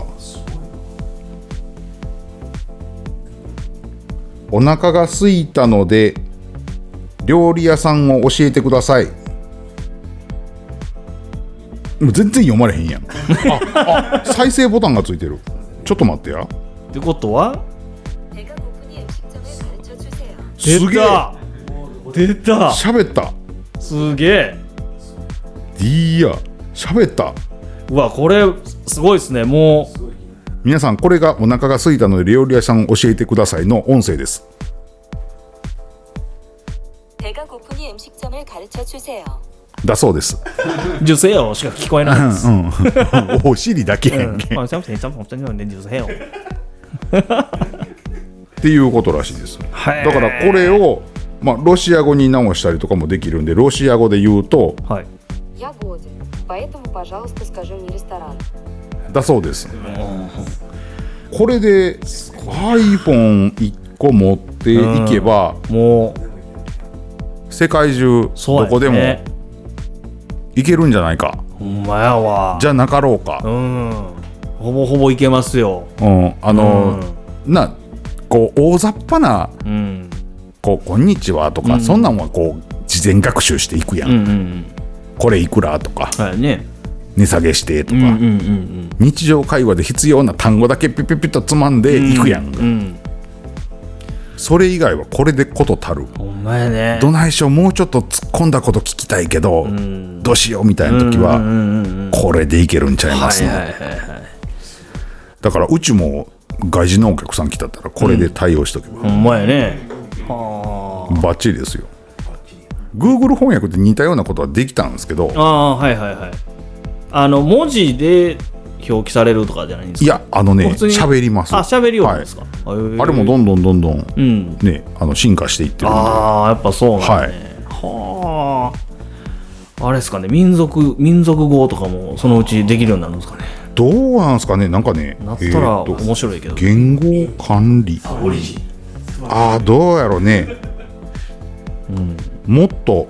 お腹が空いたので料理屋さんを教えてください。もう全然読まれへんやん再生ボタンがついてる。ちょっと待ってや。 ってことはすげえ出た喋った。 すげえいや喋った。 うわこれすごいですね。もう皆さんこれがお腹が空いたので料理屋さんを教えてくださいの音声です。だそうです。 ジュセヨしか聞こえないです。 お尻だけやんけ。っていうことらしいです。だからこれをロシア語に直したりとかもできるんで、ロシア語で言うと、はい、だそうです。これで iPhone1 個持っていけば、もう世界中どこでもいけるんじゃないか。 ほんまやわ。 じゃなかろうか。 ほぼほぼいけますよ。 こう大雑把な、こんにちはとか、そんなんはこう事前学習していくやん。これいくらとか、値下げしてとか、日常会話で必要な単語だけピピピッとつまんでいくやん。それ以外はこれでことたる。 ほんまやね。 どないしょもうちょっと突っ込んだこと聞きたいけど、どうしようみたいな時はこれでいけるんちゃいますの。だからうちも外人のお客さん来たったらこれで対応しとけば、 ほんまやね。 バッチリですよ。 Google 翻訳で似たようなことはできたんですけど、 文字で表記されるとかじゃないんですか。 いや喋ります。 喋りようですか。 あれもどんどん、ね、進化していってるんで。 やっぱそうなんね。あれですかね、民族語とかもそのうちできるようになるんですかね。 どうなんですかね。なんかね、 なったら面白いけど、 言語管理、どうやろうね、もっと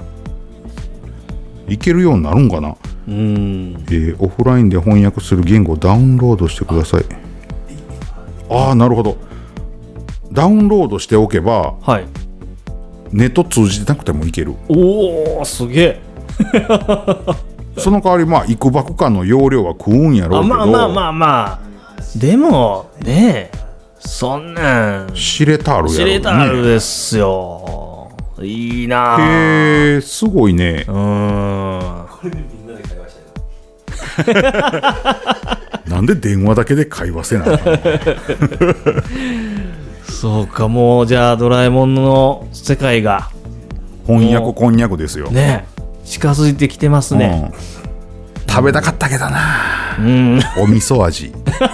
いけるようになるんかな。オフラインで翻訳する言語をダウンロードしてください。なるほど。ダウンロードしておけば、ネット通じてなくてもいける。 すげえその代わりいくばくかの容量は食うんやろうけど、 でもね、そんなん知れたあるやろね。 知れたあるですよ。いいな。 すごいね。 これでみんなで会話したいなんで電話だけで会話せないそうか、もうじゃあドラえもんの世界が翻訳こんにゃくですよね。近づいてきてますね。 食べたかったけどな、お味噌味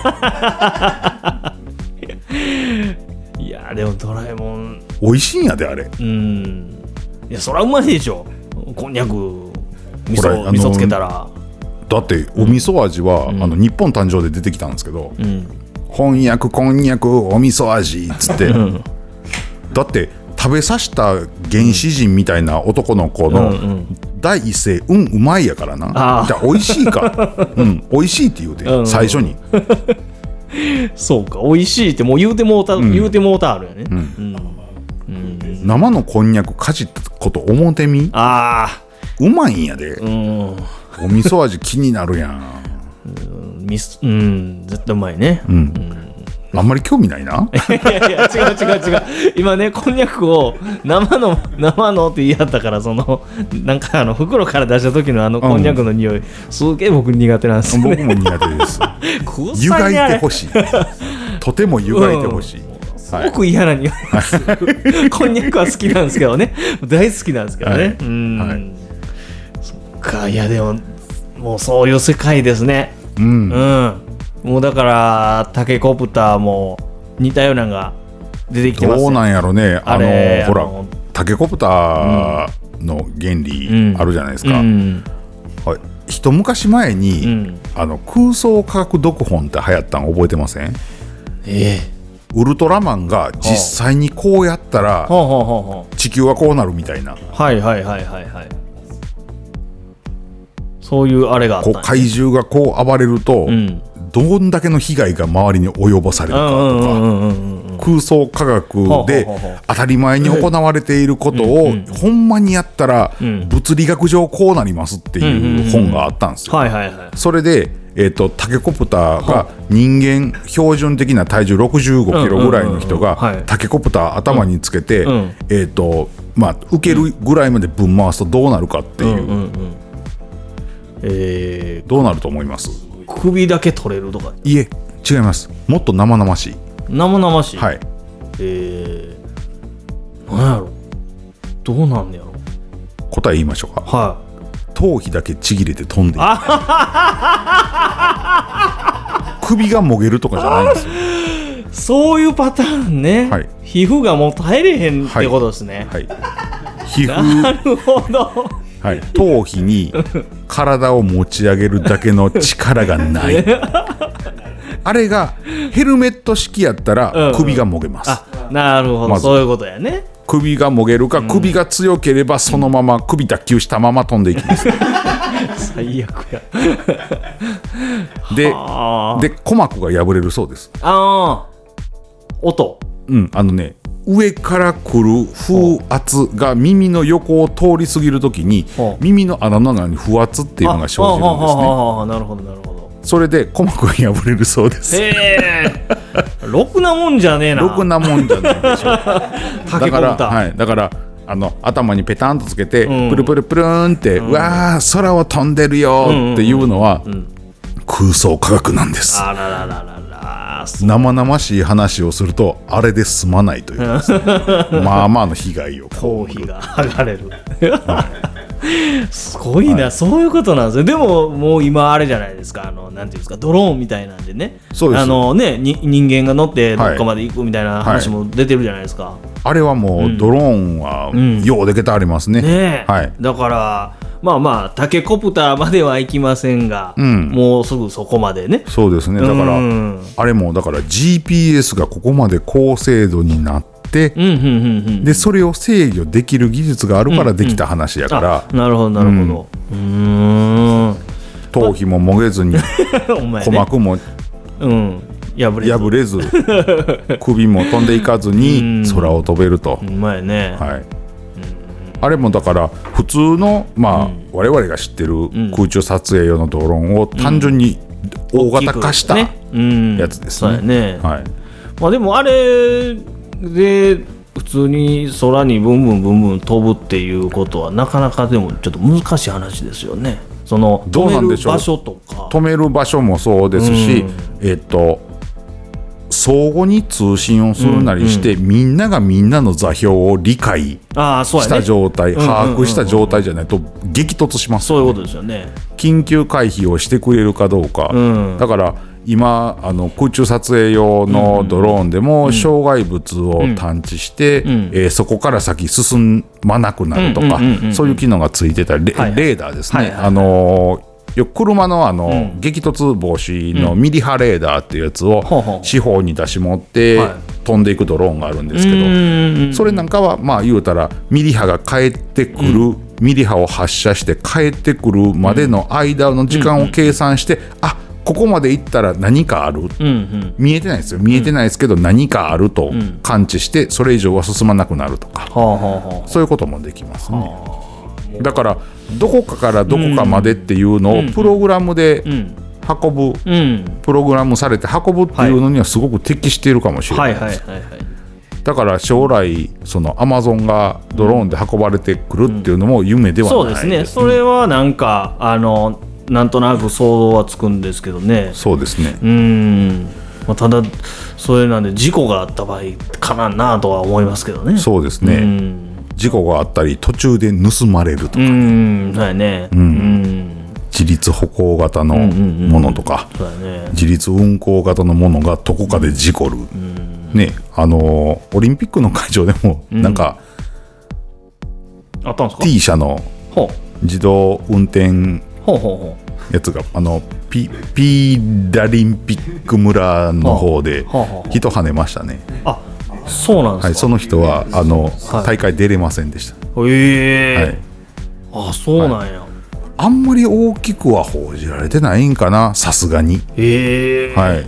いやでもドラえもん美味しいんやであれ。 いやそりゃうまいでしょ、こんにゃく味噌つけたら。 だってお味噌味は、日本誕生で出てきたんですけど、翻訳こんにゃくお味噌味っつって、だって食べさせた原始人みたいな男の子の第一声うまいやからな。じゃあ美味しいか美味しいって言うて、最初にそうか、美味しいってもう言うてもうたあるよね。 生のこんにゃくかじったこと思うてみ。うまいんやで。お味噌味気になるやん。 絶対うまいね。 あんまり興味ないな。 いや違う今ねこんにゃくを生のって言い張ったから、そのなんか袋から出した時のこんにゃくの匂い、すげえ僕苦手なんですよね。 僕も苦手です湯がいてほしいとても湯がいてほしい、 すごく嫌な匂いです、こんにゃくは好きなんですけどね、大好きなんですけどね、そっか。いやでももうそういう世界ですね。もうだからタケコプターも似たようなのが出てきてますね。 どうなんやろね。ほらタケコプターの原理あるじゃないですか、一昔前に、空想科学読本って流行ったの覚えてません？ウルトラマンが実際にこうやったら地球はこうなるみたいな、そういうあれがあったんですね。怪獣がこう暴れると、どんだけの被害が周りに及ぼされるかとか、空想科学で当たり前に行われていることをほんまにやったら物理学上こうなりますっていう本があったんですよ。それでタケコプターが人間標準的な体重65キロぐらいの人がタケコプター頭につけて受けるぐらいまでぶん回すとどうなるかっていう、どうなると思います？ 首だけ取れるとか？ いえ違います。もっと生々しい。 生々しい。 はい。 なんやろ、どうなんやろ。 答え言いましょうか。 はい。 頭皮だけちぎれて飛んでいく。首がもげるとかじゃないんですよ。 そういうパターンね、皮膚がもう耐えれへんってことですね。 皮膚、 なるほど。 頭皮に体を持ち上げるだけの力がないあれがヘルメット式やったら首がもげます。 なるほど、そういうことやね。 首がもげるか、首が強ければそのまま首脱臼したまま飛んでいきます最悪やで鼓膜が破れるそうです。 音、 上から来る風圧が耳の横を通り過ぎるときに耳の穴の中に風圧っていうのが生じるんですね。 なるほどなるほど。 それで鼓膜が破れるそうです。 ろくなもんじゃねえな。 ろくなもんじゃないでしょだから頭にペタンとつけて、プルプルプルーンって、うわー空を飛んでるよっていうのは、空想科学なんです。生々しい話をするとあれで済まないというまあまあの被害を頭皮が剥がれるすごいな、そういうことなんですよ。でももう今あれじゃないですか、なんていうんですか、ドローンみたいなんでね、 そうです人間が乗ってどっかまで行くみたいな話も出てるじゃないですか。 あれはもうドローンはようでけてありますね。 だからタケコプターまでは行きませんが、もうすぐそこまでね。 そうですね。だから、あれもだから GPS がここまで高精度になって、でそれを制御できる技術があるからできた話やから、 なるほどなるほど。 頭皮ももげずに鼓膜も破れず首も飛んでいかずに空を飛べると。あれもだから普通の我々が知ってる空中撮影用のドローンを単純に大型化したやつですね。 でもあれで普通に空にブンブンブンブン飛ぶっていうことはなかなかでもちょっと難しい話ですよね。その止める場所とか、 止める場所もそうですし、相互に通信をするなりして、みんながみんなの座標を理解した状態、把握した状態じゃないと激突します、 そういうことですよね。 緊急回避をしてくれるかどうか、だから今空中撮影用のドローンでも障害物を探知して、そこから先進まなくなるとか、そういう機能がついてたり、レーダーですね。車の激突防止のミリ波レーダーっていうやつを四方に出し持って飛んでいくドローンがあるんですけど、それなんかは言うたらミリ波が返ってくる、ミリ波を発射して帰ってくるまでの間の時間を計算して、ここまで行ったら何かある、見えてないですよ、見えてないですけど何かあると感知して、それ以上は進まなくなるとか、そういうこともできますね。だからどこかからどこかまでっていうのをプログラムで運ぶ、プログラムされて運ぶっていうのにはすごく適しているかもしれないです。だから将来そのアマゾンがドローンで運ばれてくるっていうのも夢ではないです、 そうですね。それはなんかなんとなく想像はつくんですけどね。 そうですね。 まあ、ただそれなんで事故があった場合かなとは思いますけどね。 そうですね。事故があったり途中で盗まれるとかね。 そうやね。 自立歩行型のものとか、自立運行型のものがどこかで事故る。ね、オリンピックの会場でもなんか、 あったんですか？ T 社の自動運転やつがピーダリンピック村の方で人跳ねましたね。 あ、そうなんですか？ はい、その人は大会出れませんでした。 あ、そうなんや。 あんまり大きくは報じられてないんかな、さすがに。はい。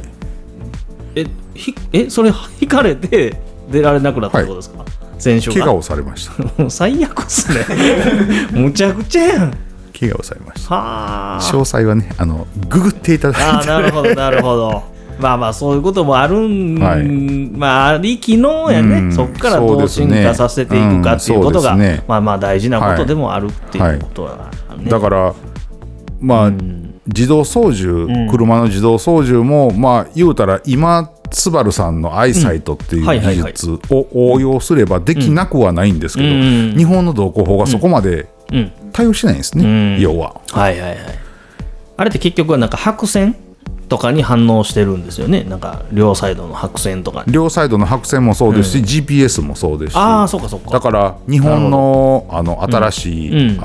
それ引かれて出られなくなったってことですか？選手が怪我をされました。 最悪っすね。むちゃくちゃやん。 怪我をされました。詳細はねググっていただいて。 なるほどなるほど。まあまあそういうこともあるまあありきのやね、そこからどう進化させていくかっていうことが、まあまあ大事なことでもあるっていうことはね。 だからまあ自動操縦、車の自動操縦もまあ言うたら今スバルさんのアイサイトっていう技術を応用すればできなくはないんですけど、日本の道交法がそこまで対応してないんですね、要は。あれって結局はなんか白線とかに反応してるんですよね。なんか両サイドの白線とかに。 両サイドの白線もそうですし、GPS もそうですし。 そうかそうか。 だから日本の新しい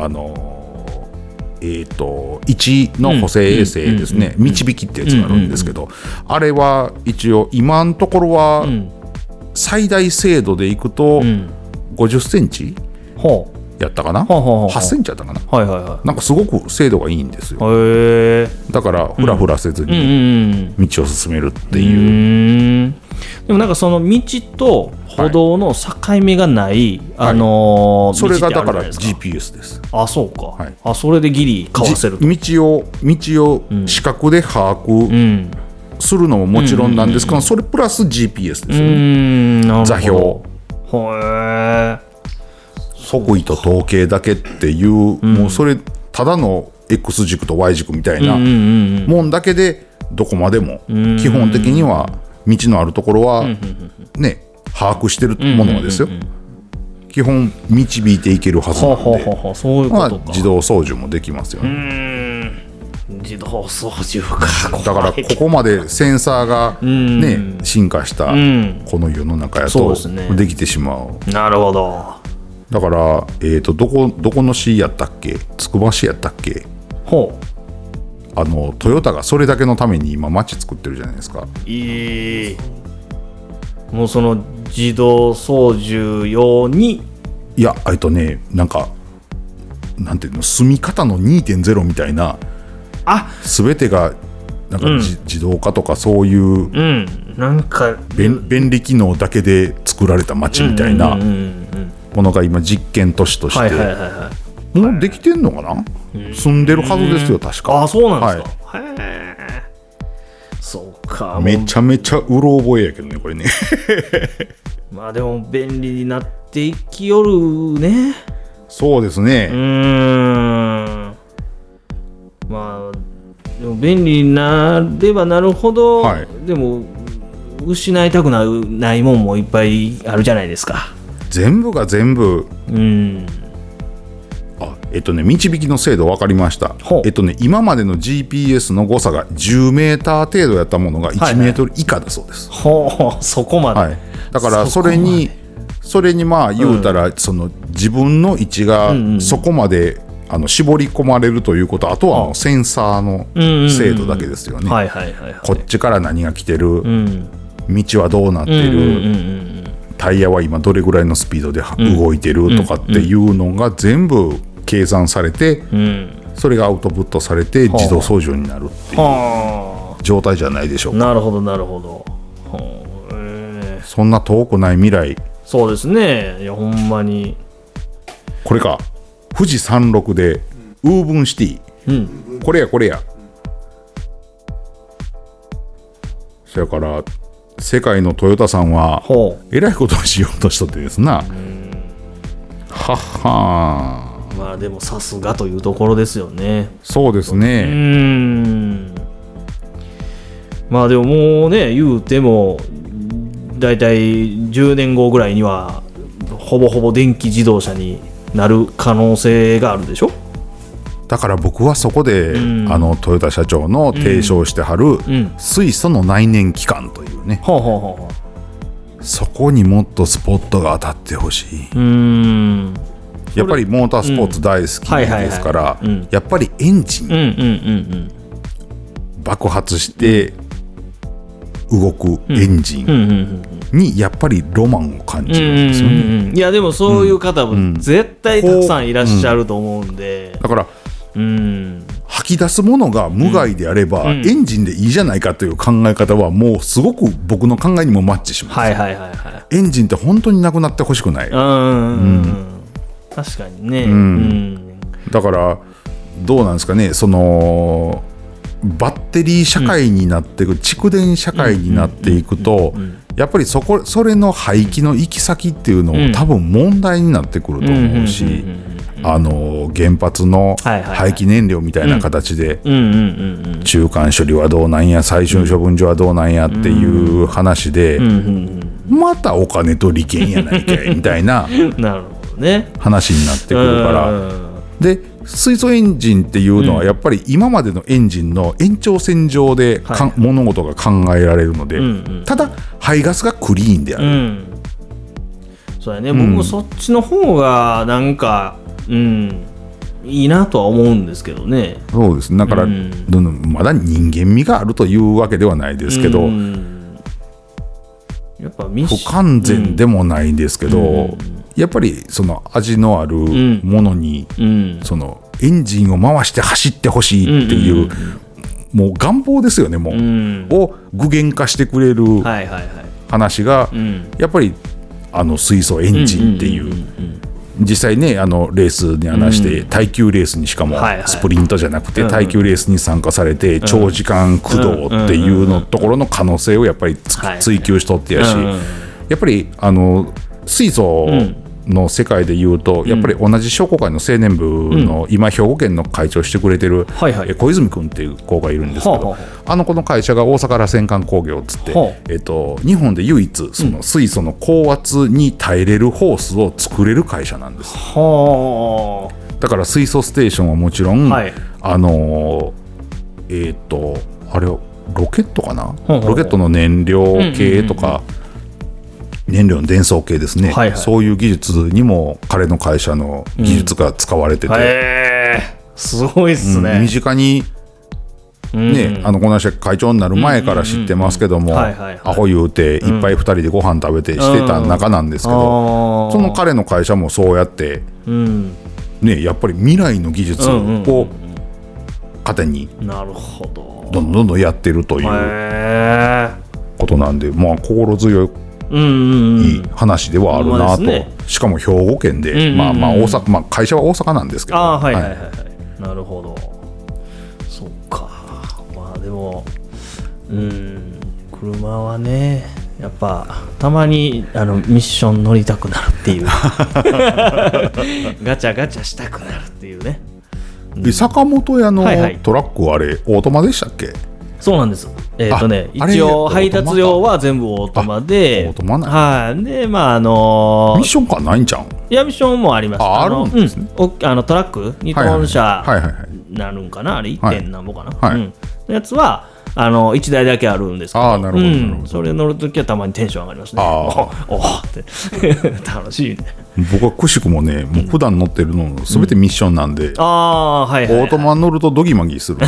1の補正衛星ですね、導きってやつがあるんですけど、あれは一応今のところは最大精度でいくと50センチやったかな、8センチやったかな、なんかすごく精度がいいんですよ。だからフラフラせずに道を進めるっていう。 でもなんかその道と歩道の境目がない、 それがだから GPS です。 そうか、それでギリかわせると。 道を視覚で把握するのももちろんなんですけど、それプラス GPS ですよね。座標、測位と統計だけっていう、もうそれただの X 軸と Y 軸みたいなもんだけでどこまでも基本的には道のあるところはね把握してるものはですよ、基本導いていけるはずなんで、自動操縦もできますよね。 自動操縦か。 だからここまでセンサーがね進化したこの世の中やとできてしまう。 なるほど。 だからどこの市やったっけ、つくば市やったっけ。トヨタがそれだけのために今街作ってるじゃないですか。 もうその自動操縦用に。 いやなんかなんていうの、住み方の 2.0 みたいな、全てがなんか、自動化とかそういう、 なんか便利機能だけで作られた街みたいなものが今実験都市としてもうできてんのかな、住んでるはずですよ確か。 そうなんですか。そうか。 めちゃめちゃうろ覚えやけどねこれね。 まあでも便利になっていきよるね。 そうですね。 まあでも便利になればなるほど、でも失いたくないもんもいっぱいあるじゃないですか。 全部が全部。導きの精度分かりました。今までの GPS の誤差が10メーター程度やったものが1メートル以下だそうです。 そこまで。 だからそれにまあ言うたら、その自分の位置がそこまで絞り込まれるということ、あとはもうセンサーの精度だけですよね。こっちから何が来てる、道はどうなってる、タイヤは今どれぐらいのスピードで動いてるとかっていうのが全部計算されて、それがアウトプットされて自動操縦になるっていう状態じゃないでしょうか。 なるほどなるほど。 そんな遠くない未来。 そうですね。いやほんまにこれか、富士山麓でウーブンシティ、これやそやから世界のトヨタさんはえらいことをしようとしとってですな。はっはー。まあでもさすがというところですよね。 そうですね。 まあでももうね言うてもだいたい10年後ぐらいにはほぼほぼ電気自動車になる可能性があるでしょ。 だから僕はそこで、トヨタ社長の提唱してはる、水素の内燃機関というね、そこにもっとスポットが当たってほしい。やっぱりモータースポーツ大好きですからやっぱりエンジン、爆発して動くエンジンにやっぱりロマンを感じるんですよね。 いやでもそういう方も絶対たくさんいらっしゃると思うんで、 だから吐き出すものが無害であれば、エンジンでいいじゃないかという考え方はもうすごく僕の考えにもマッチします。エンジンって本当になくなってほしくない。 確かにね、 だからどうなんですかね、そのバッテリー社会になっていく、蓄電社会になっていくと、やっぱりそれの廃棄の行き先っていうのも多分問題になってくると思うし、原発の廃棄燃料みたいな形で中間処理はどうなんや、最終処分場はどうなんやっていう話で、またお金と利権やないかいみたいな話になってくるから。で水素エンジンっていうのはやっぱり今までのエンジンの延長線上で物事が考えられるので、ただ排ガスがクリーンである、 そうやね、僕もそっちの方がなんかいいなとは思うんですけどね。 そうですね、だから、まだ人間味があるというわけではないですけど、やっぱ不完全でもないんですけど、やっぱりその味のあるものに、そのエンジンを回して走ってほしいっていう、もう願望ですよね、もう、を具現化してくれる話が、やっぱり水素エンジンっていう、実際ねレースに話して耐久レースに、しかもスプリントじゃなくて耐久レースに参加されて長時間駆動っていうのところの可能性をやっぱり追求しとってやし、やっぱり水素の世界でいうと、やっぱり同じ商工会の青年部の今兵庫県の会長してくれてる小泉君っていう子がいるんですけど、子の会社が大阪螺旋艦工業っつって、日本で唯一その水素の高圧に耐えれるホースを作れる会社なんです。だから水素ステーションはもちろん、あれはロケットかな、ロケットの燃料系とか、燃料の伝送系ですね、そういう技術にも彼の会社の技術が使われてて、 すごいっすね、 身近にね、この人会長になる前から知ってますけども、アホ言うていっぱい2人でご飯食べてしてた中なんですけど、その彼の会社もそうやって、やっぱり未来の技術を糧にどんどんやってるということなんで、まあ心強いいい話ではあるなと、しかも兵庫県で、大阪、会社は大阪なんですけど、 なるほど、そっか。まあでも車はね、やっぱたまにミッション乗りたくなるっていうガチャガチャしたくなるっていうね。 坂本屋のトラックはあれオートマでしたっけ？ そうなんです。一応配達用は全部オートマで、でまあミッションカーないんちゃう？ いやミッションもあります。 あるんですね。 トラック2トン車なるんかな、あれ 1. 点なんぼかな、のやつは1台だけあるんですけど、 なるほど、 それ乗るときはたまにテンション上がりますね。おって楽しいね。 僕はくしくもね、もう普段乗ってるのすべてミッションなんで、オートマ乗るとドギマギする。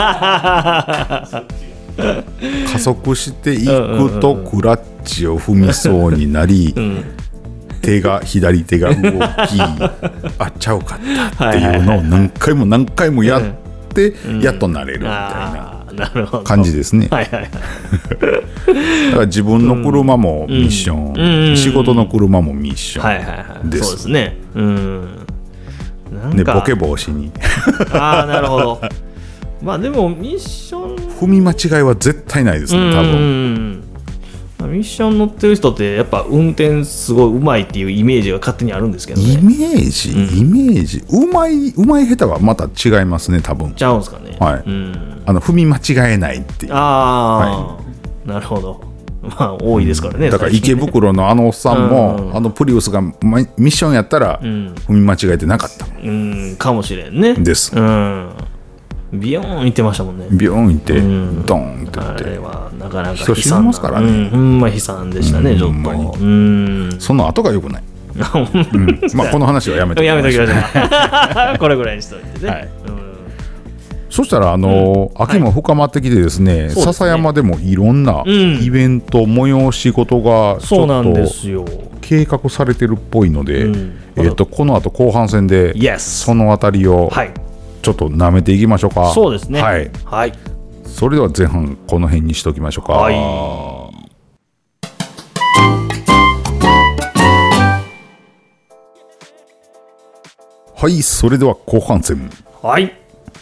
加速していくとクラッチを踏みそうになり、左手が動きあちゃうかったっていうのを何回も何回もやってやっとなれるみたいな感じですね。だから自分の車もミッション、仕事の車もミッションです。 そうですね。 ボケ防止に。 なるほど。 まあでもミッション踏み間違いは絶対ないですね多分。 ミッション乗ってる人ってやっぱ運転すごいうまいっていうイメージが勝手にあるんですけどね。 イメージうまい下手はまた違いますね多分。 ちゃうんですかね。 はい、踏み間違えないっていう。 はい、なるほど。まあ多いですからね。 だから池袋のおっさんも、プリウスがミッションやったら、踏み間違えてなかったかもしれんね。 です。 ビヨーンいってましたもんね。 ビヨーンいって、ドーンってあれはなかなか人死にますからね。 ほんま悲惨でしたね、ちょっと。 その後が良くない。まあこの話はやめときましょう。 これぐらいにしといてね。 そしたら秋も深まってきてですね、笹山でもいろんなイベント催し事がちょっと計画されてるっぽいので、この後後半戦でそのあたりをちょっと舐めていきましょうか。 そうですね。はい。 それでは前半この辺にしときましょうか。はい、それでは後半戦。 はい。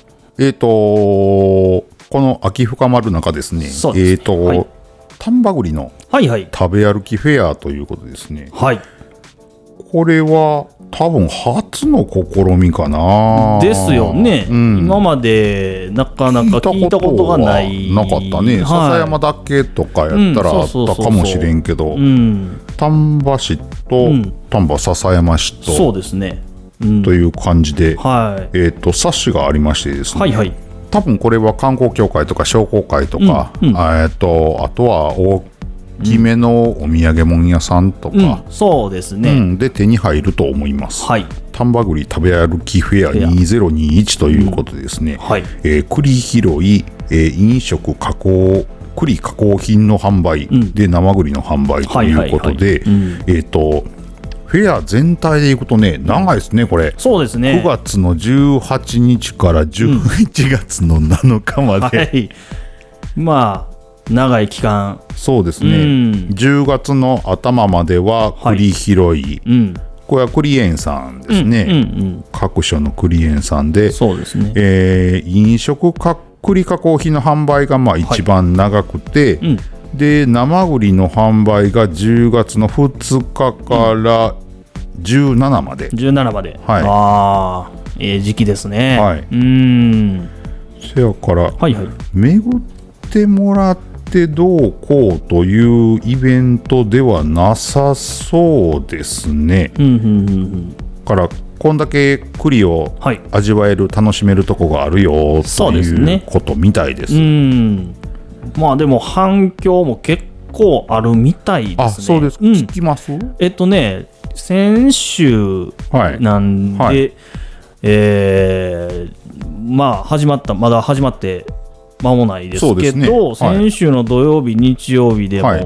この秋深まる中ですね、丹波栗の食べ歩きフェアということですね。 はい。 これは多分初の試みかな。 ですよね。今までなかなか聞いたことがない。 なかったね。笹山だけとかやったらあったかもしれんけど、丹波市と丹波篠山市とそうですね。 という感じで、冊子がありましてですね、多分これは観光協会とか商工会とか、あとは大きめのお土産物屋さんとか、 そうですね、 で手に入ると思います。丹波栗食べ歩きフェア2021ということでですね、栗拾い、飲食加工栗加工品の販売、で生栗の販売ということで、フェア全体でいくとね、長いですね、これ。 そうですね。 9月の18日から11月の7日まで。 まあ、長い期間。 そうですね。10月の頭までは栗拾い。これは栗園さんですね。各所の栗園さんで。 そうですね。 飲食栗加工品の販売がまあ一番長くて、で生栗の販売が10月の2日から17まで。 17まで。ああ、時期ですね。 せやから、巡ってもらってどうこうというイベントではなさそうですね。からこんだけ栗を味わえる、楽しめるとこがあるよということみたいです。 まあでも反響も結構あるみたいですね。 あ、そうです。聞きます？ 先週なんで、まあまだ始まって間もないですけど、先週の土曜日、日曜日でも、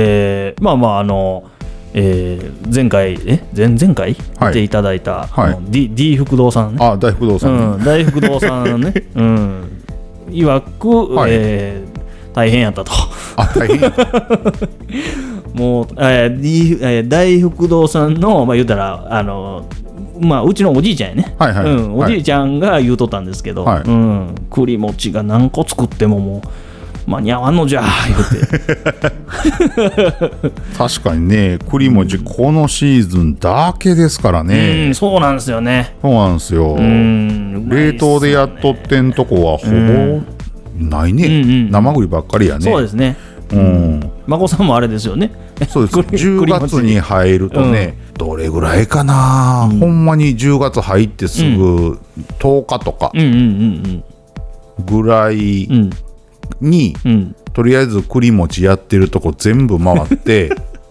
前回見ていただいた、D 福堂さんね。 大福堂さん。 大福堂さんね。いわく、大変やったと。 大変やった。 もう、大福堂さんの、言うたらうちのおじいちゃんやね。おじいちゃんが言うとったんですけど、栗餅が何個作ってももう間に合わんのじゃ言うて。 確かにね、栗餅このシーズンだけですからね。 そうなんですよね。 そうなんですよ。冷凍でやっとってんとこはほぼないね。生栗ばっかりやね。 そうですね。孫さんもあれですよね。 そうです。10月に入るとね、どれぐらいかな、ほんまに10月入ってすぐ10日とかぐらいに、とりあえず栗餅やってるとこ全部回って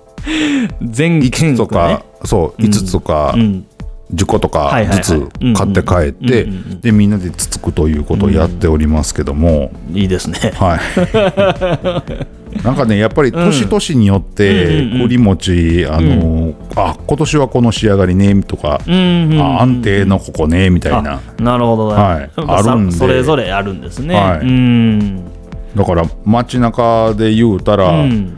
5つとか、そう5つとか10個とかずつ買って帰ってでみんなでつつくということをやっておりますけども、 いいですね。 なんかね、やっぱり年々によって栗餅今年はこの仕上がりねとか、安定のここねみたいな、 なるほど、 あるんで、 それぞれあるんですね。 だから街中で言うたら、も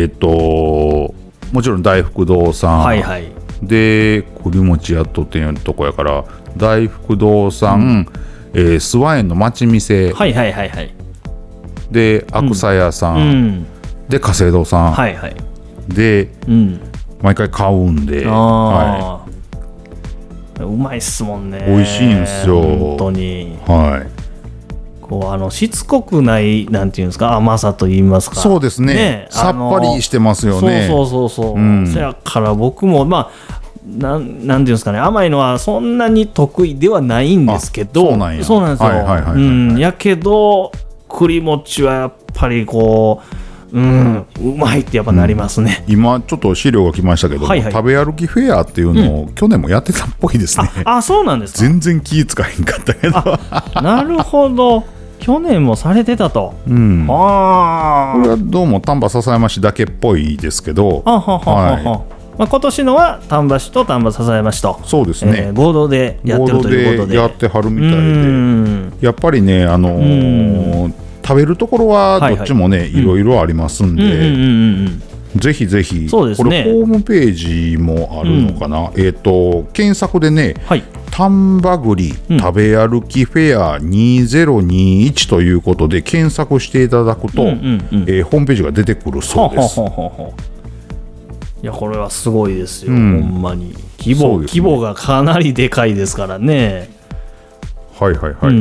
ちろん大福堂さん、栗餅やっとっていうとこやから大福堂さん、 諏訪園の町店、 はいはいはいはい、 で阿久佐屋さん、で華正堂さん、 はいはい、 で、毎回買うんで、 はい、うまいっすもんね。 美味しいんですよ本当に。 はい、 こうしつこくないなんていうんですか、甘さと言いますか。 そうですね、さっぱりしてますよね。 そうそやから僕もまあなんていうんですかね、甘いのはそんなに得意ではないんですけど、そうなんですよ。やけど栗餅はやっぱりこう、うまいってやっぱなりますね。 今ちょっと資料が来ましたけど、食べ歩きフェアっていうのを去年もやってたっぽいですね。 そうなんですか。 全然気使えんかったけど。 なるほど。去年もされてたと。これはどうも丹波篠山市だけっぽいですけど、 今年のは丹波市と丹波篠山市と、 そうですね、 合同でやってるということでやってはるみたいで、やっぱりね、食べるところはどっちもね、いろいろありますんで、ぜひぜひ、これホームページもあるのかな、検索でね、丹波栗食べ歩きフェア2021ということで検索していただくと、ホームページが出てくるそうです。 いやこれはすごいですよ、ほんまに規模がかなりでかいですからね。 はいはいはい、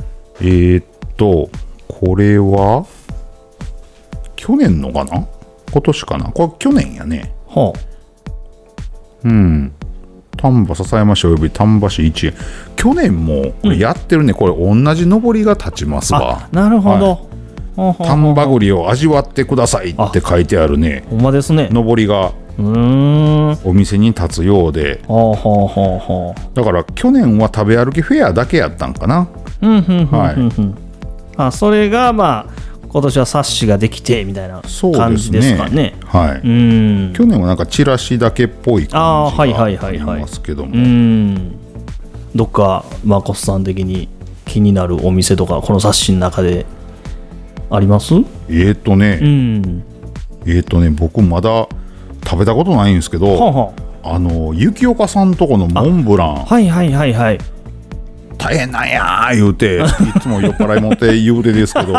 これは去年のかな、今年かな、これ去年やね。丹波篠山市および丹波市一円、去年もこれやってるね、これ同じ上りが立ちますわ。 なるほど、 丹波栗を味わってくださいって書いてあるね、 ほんまですね、 上りがお店に立つようで、だから去年は食べ歩きフェアだけやったんかな。 それがまあ今年は冊子ができてみたいな感じですかね。 はい、去年はなんかチラシだけっぽい感じがありますけども、 どっかマーコスさん的に気になるお店とかこの冊子の中であります？ 僕まだ食べたことないんですけど、雪岡さんとこのモンブラン、大変なんやー言うて、いつも酔っ払い持って言うてですけど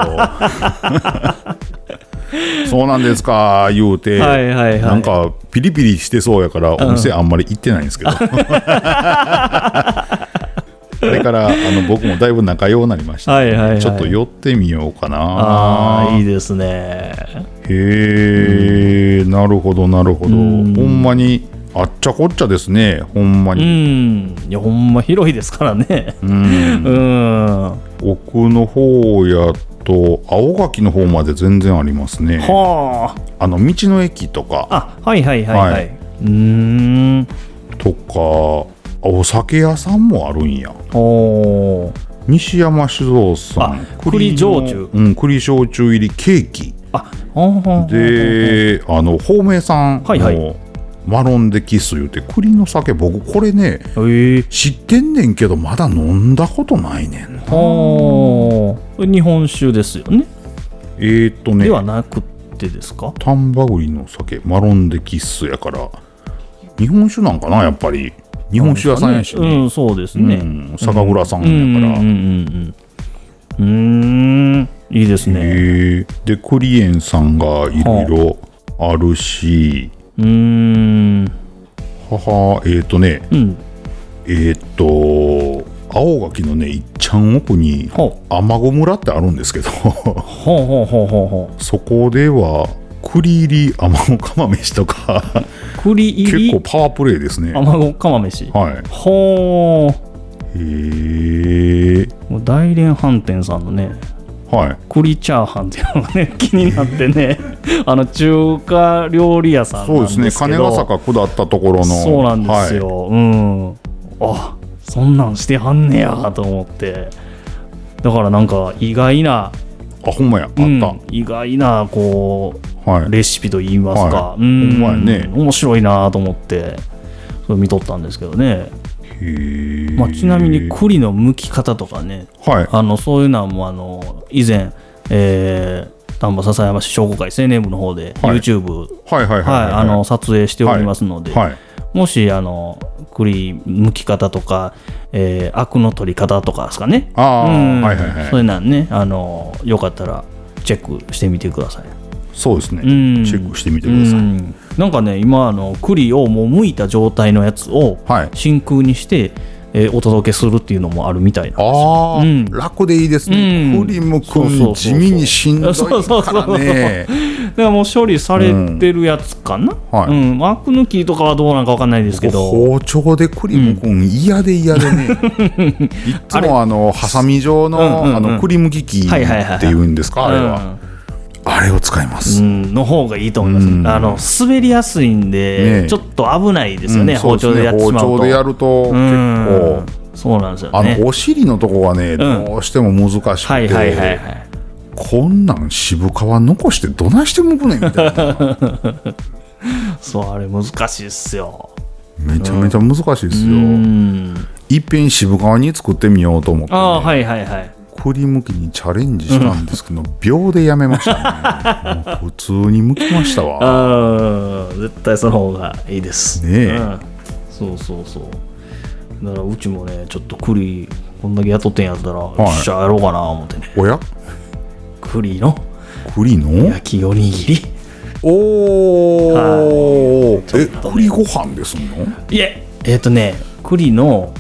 そうなんですか言うて、なんかピリピリしてそうやからお店あんまり行ってないんですけど、あれから僕もだいぶ仲良くなりました、ちょっと寄ってみようかな。 いいですね。 へえ、なるほどなるほど、ほんまにあっちゃこっちゃですね、ほんまに。 いやほんま広いですからね。 奥の方やと青垣の方まで全然ありますね。道の駅とか、とかお酒屋さんもあるんや。西山酒造さん、 栗焼酎、 栗焼酎入りケーキで、宝明さんのマロンデキス言うて栗の酒、僕これね、知ってんねんけどまだ飲んだことないねんな。 日本酒ですよね。 ではなくてですか？ 丹波栗の酒マロンデキスやから日本酒なんかな、やっぱり日本酒屋さんやしね。 そうですね、 酒蔵さんやから。 いいですね。 で栗園さんがいろいろあるし、青垣のねいっちゃん奥に天子村ってあるんですけどそこでは栗入り天子釜飯とか栗入り結構パワープレイですね。 天子釜飯、もう大連飯店さんのね、栗チャーハンっていうのがね気になってね中華料理屋さんなんですけど、 そうですね、金ヶ坂下ったところの。 そうなんですよ、そんなんしてはんねやと思って、だからなんか意外な、 ほんまや、あった、 意外なこう、レシピといいますか、ほんまやね、面白いなと思ってそれ見とったんですけどね。ちなみに栗の剥き方とかね、そういうのも以前、丹波篠山市商工会青年部の方で YouTube、撮影しておりますので、 もし栗剥き方とか、アクの取り方とかですかね、そういうのねよかったらチェックしてみてください。 そうですね、チェックしてみてください。 なんかね今栗をもう剥いた状態のやつを真空にして、お届けするっていうのもあるみたいなんですよ。 楽でいいですね。栗むくん地味にしんどいからね。 だからもう処理されてるやつかな。アク抜きとかはどうなんか分かんないですけど、 包丁で栗むくん嫌で嫌でね。いつもハサミ状の栗むき器っていうんですか、あれは。あれを使います、 の方がいいと思います。滑りやすいんで、ちょっと危ないですよね、包丁でやってしまうと。 包丁でやると結構そうなんですよね。 お尻のとこがね、どうしても難しくて、こんなん渋皮残してどないしてむくねんみたいな。 そうあれ難しいっすよ。 めちゃめちゃ難しいですよ。いっぺん渋皮に作ってみようと思って、栗むきにチャレンジしたんですけど、秒でやめましたね。もう普通にむきましたわ。 絶対その方がいいですね。 そうだからうちもねちょっと栗こんだけ雇ってんやったら、よっしゃやろうかな思ってね。 おや栗の焼きおにぎり。 栗ご飯ですの？ いえ栗の、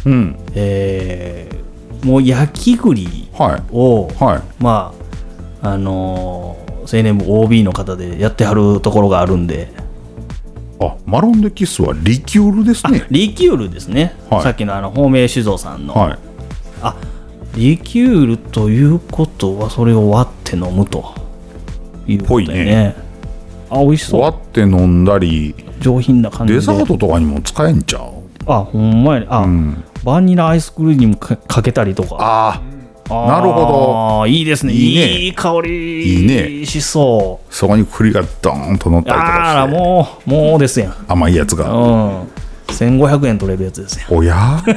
もう焼き栗を、まあ青年部 OB の方でやってはるところがあるんで。 マロンデキスはリキュールですね。 リキュールですね、さっきの芳名酒造さんの、リキュールということはそれを割って飲むということでね。美味しそう。 割って飲んだり上品な感じでデザートとかにも使えんちゃう？ ほんまにバニラアイスクリームかけたりとか。 なるほど。 いいですね。いい香りしそう。 そこに栗がドーンと乗ったりとかして。 もうですやん。 甘いやつが。 1500円取れるやつですやん。 おや？パ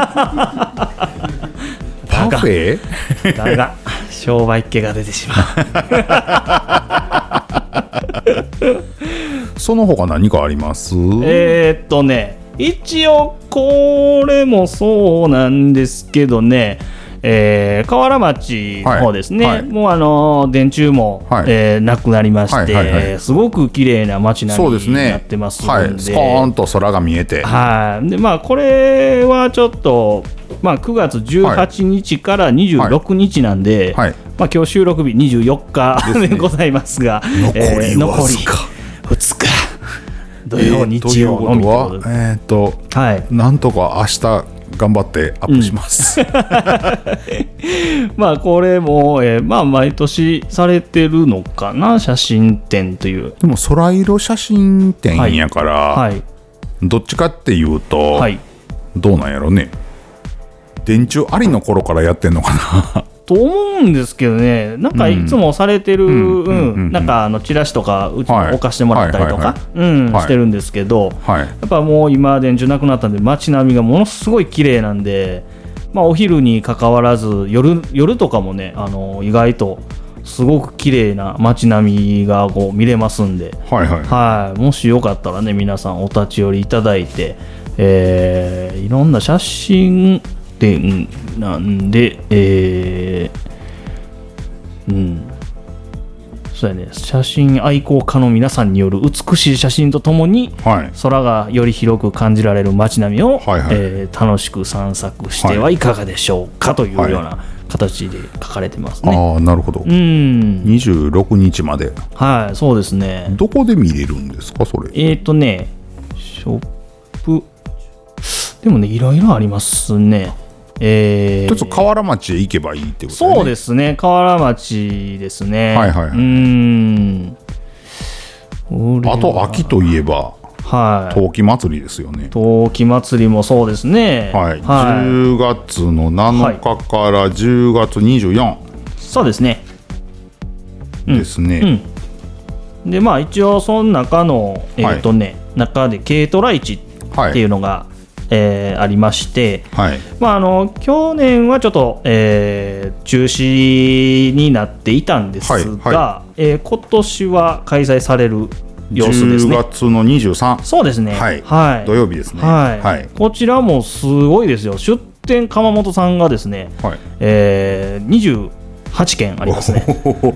フェ？ だが商売っ気が出てしまう。その他何かあります？ 一応これもそうなんですけどね。河原町の方ですね、もう電柱も、なくなりまして、すごく綺麗な街並みになってますので、 スコーンと空が見えて、 でこれはちょっと、9月18日から26日なんで、今日収録日24日でございますが、 残り 2日土曜日曜のみということで、 なんとか明日頑張ってアップします、 これも、毎年されてるのかな、写真展という。 でも空色写真展やから、どっちかっていうと、どうなんやろね。電柱ありの頃からやってんのかなと思うんですけどね。なんかいつもされてるなんかチラシとかうちも置かしてもらったりとかしてるんですけど、やっぱもう今電柱なくなったんで街並みがものすごい綺麗なんで、お昼に関わらず夜とかもね意外とすごく綺麗な街並みがこう見れますんで、もしよかったらね皆さんお立ち寄りいただいて、いろんな写真展なんで、そうやね、写真愛好家の皆さんによる美しい写真とともに、空がより広く感じられる街並みを、楽しく散策してはいかがでしょうか、というような形で書かれてますね。 なるほど。26日まで。 そうですね。 どこで見れるんですかそれ？ ショップでもねいろいろありますね。 ちょっと河原町へ行けばいいってことですね。 そうですね、河原町ですね。あと秋といえば陶器祭りですよね。 陶器祭りもそうですね。 10月の7日から10月24、 そうですね。 ですね。 で一応その中の中で軽トラ市っていうのがありまして、去年はちょっと、中止になっていたんですが、今年は開催される様子ですね。 10月の23。 そうですね。 はい。 はい、 土曜日ですね。 はい。 はい。 こちらもすごいですよ。出店窯元さんがですね、 はい、 28件ありますね。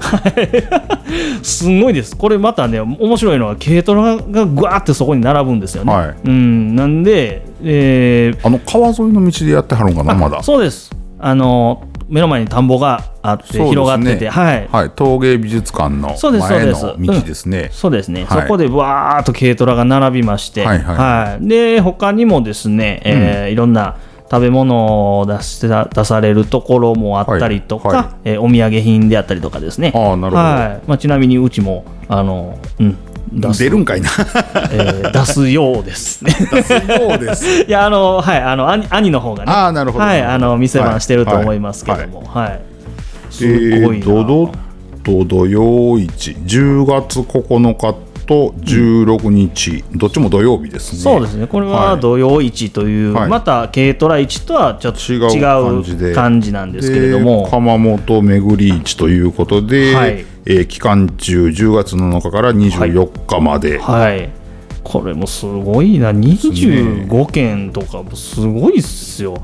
すごいです。これまたね、面白いのは軽トラがぐわーってそこに並ぶんですよね。 はい、 なんで、 川沿いの道でやってはるんかな、まだ。 そうです。目の前に田んぼがあって広がってて、はいはい、陶芸美術館の前の道ですね。 そうですね。そこでわーっと軽トラが並びまして、で他にもですね、いろんな食べ物を出されるところもあったりとか、お土産品であったりとかですね。 なるほど。 はい。ちなみにうちも出るんかいな、 出すようですね。 出すようです。 いや兄の方がね。 なるほど。 はい、店番してると思いますけども、はい。すごいな。 土曜市10月9日と16日、どっちも土曜日ですね。 そうですね。これは土曜市という、また軽トラ市とはちょっと違う感じなんですけれども、 窯元巡り市ということで、期間中10月7日から24日まで、 これもすごいな。25件とかもすごいっすよ。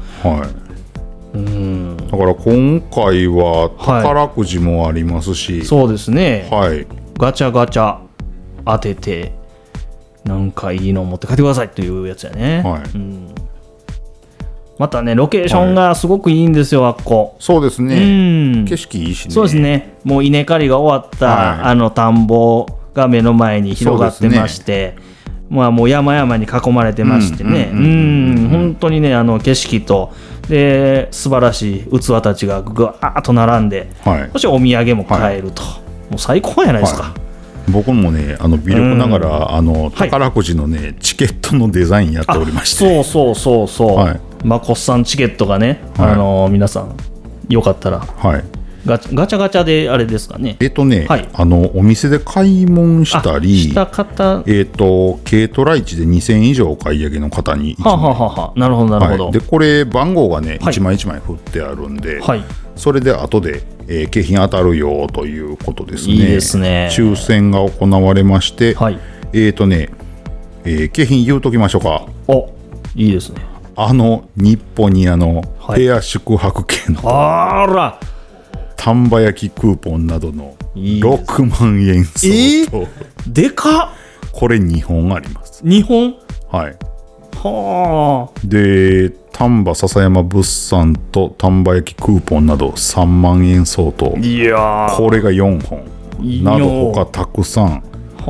だから今回は宝くじもありますし、 そうですね、ガチャガチャ当ててなんかいいのを持って帰ってくださいというやつやね。またね、ロケーションがすごくいいんですよ、あっこ。 そうですね、景色いいしね。 そうですね。もう稲刈りが終わった、田んぼが目の前に広がってまして、もう山々に囲まれてましてね、本当にね、景色とで素晴らしい器たちがぐわーっと並んで、そしてお土産も買えると、もう最高じゃないですか。 僕もね、微力ながら、宝くじのね、チケットのデザインやっておりまして。 そうまこっさんチケットがね、皆さんよかったら、ガチャガチャであれですかね。 お店で買い物したりした方、 軽トラ市で2000円以上お買い上げの方に1枚、 なるほどなるほど。 でこれ番号がね、1枚1枚振ってあるんで、それで後で景品当たるよということですね。 いいですね。 抽選が行われまして、景品言うときましょうか。 いいですね。 日本に部屋宿泊券の丹波焼きクーポンなどの6万円相当。 でかっ。 これ2本あります。 2本。 で丹波篠山物産と丹波焼きクーポンなど3万円相当。これが4本など他たくさん。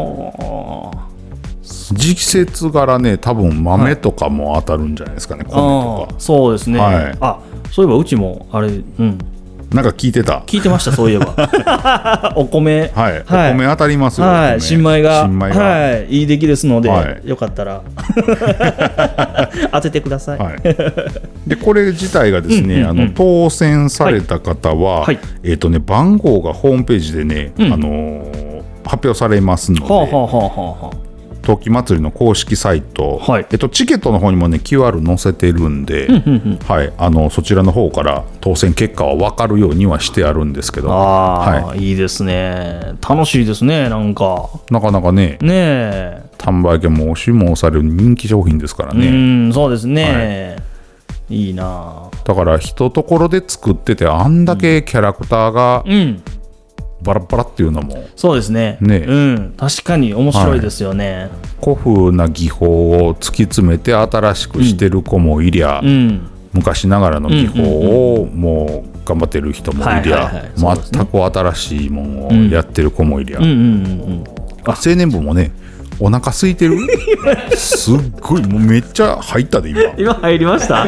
時節柄ね、多分豆とかも当たるんじゃないですかね。米とか。 そうですね。そういえばうちもあれ、 なんか聞いてました。そういえばお米、 お米当たりますよ。 新米がいい出来ですので、よかったら当ててください。 でこれ自体がですね、当選された方は、番号がホームページでね、発表されますので、陶器祭りの公式サイト、チケットの方にもね QR 載せてるんで、そちらの方から当選結果は分かるようにはしてあるんですけど、 いいですね。楽しいですね。なかなかね、丹波焼きも押しも押される人気商品ですからね。 そうですね、いいな。 だから一ところで作ってて、あんだけキャラクターが、バラバラっていうのもそうですね。確かに面白いですよね。 古風な技法を突き詰めて新しくしてる子もいりゃ、昔ながらの技法をもう頑張ってる人もいりゃ、全く新しいものをやってる子もいりゃ、青年部もね、お腹空いてるすっごい、もうめっちゃ入ったで今入りました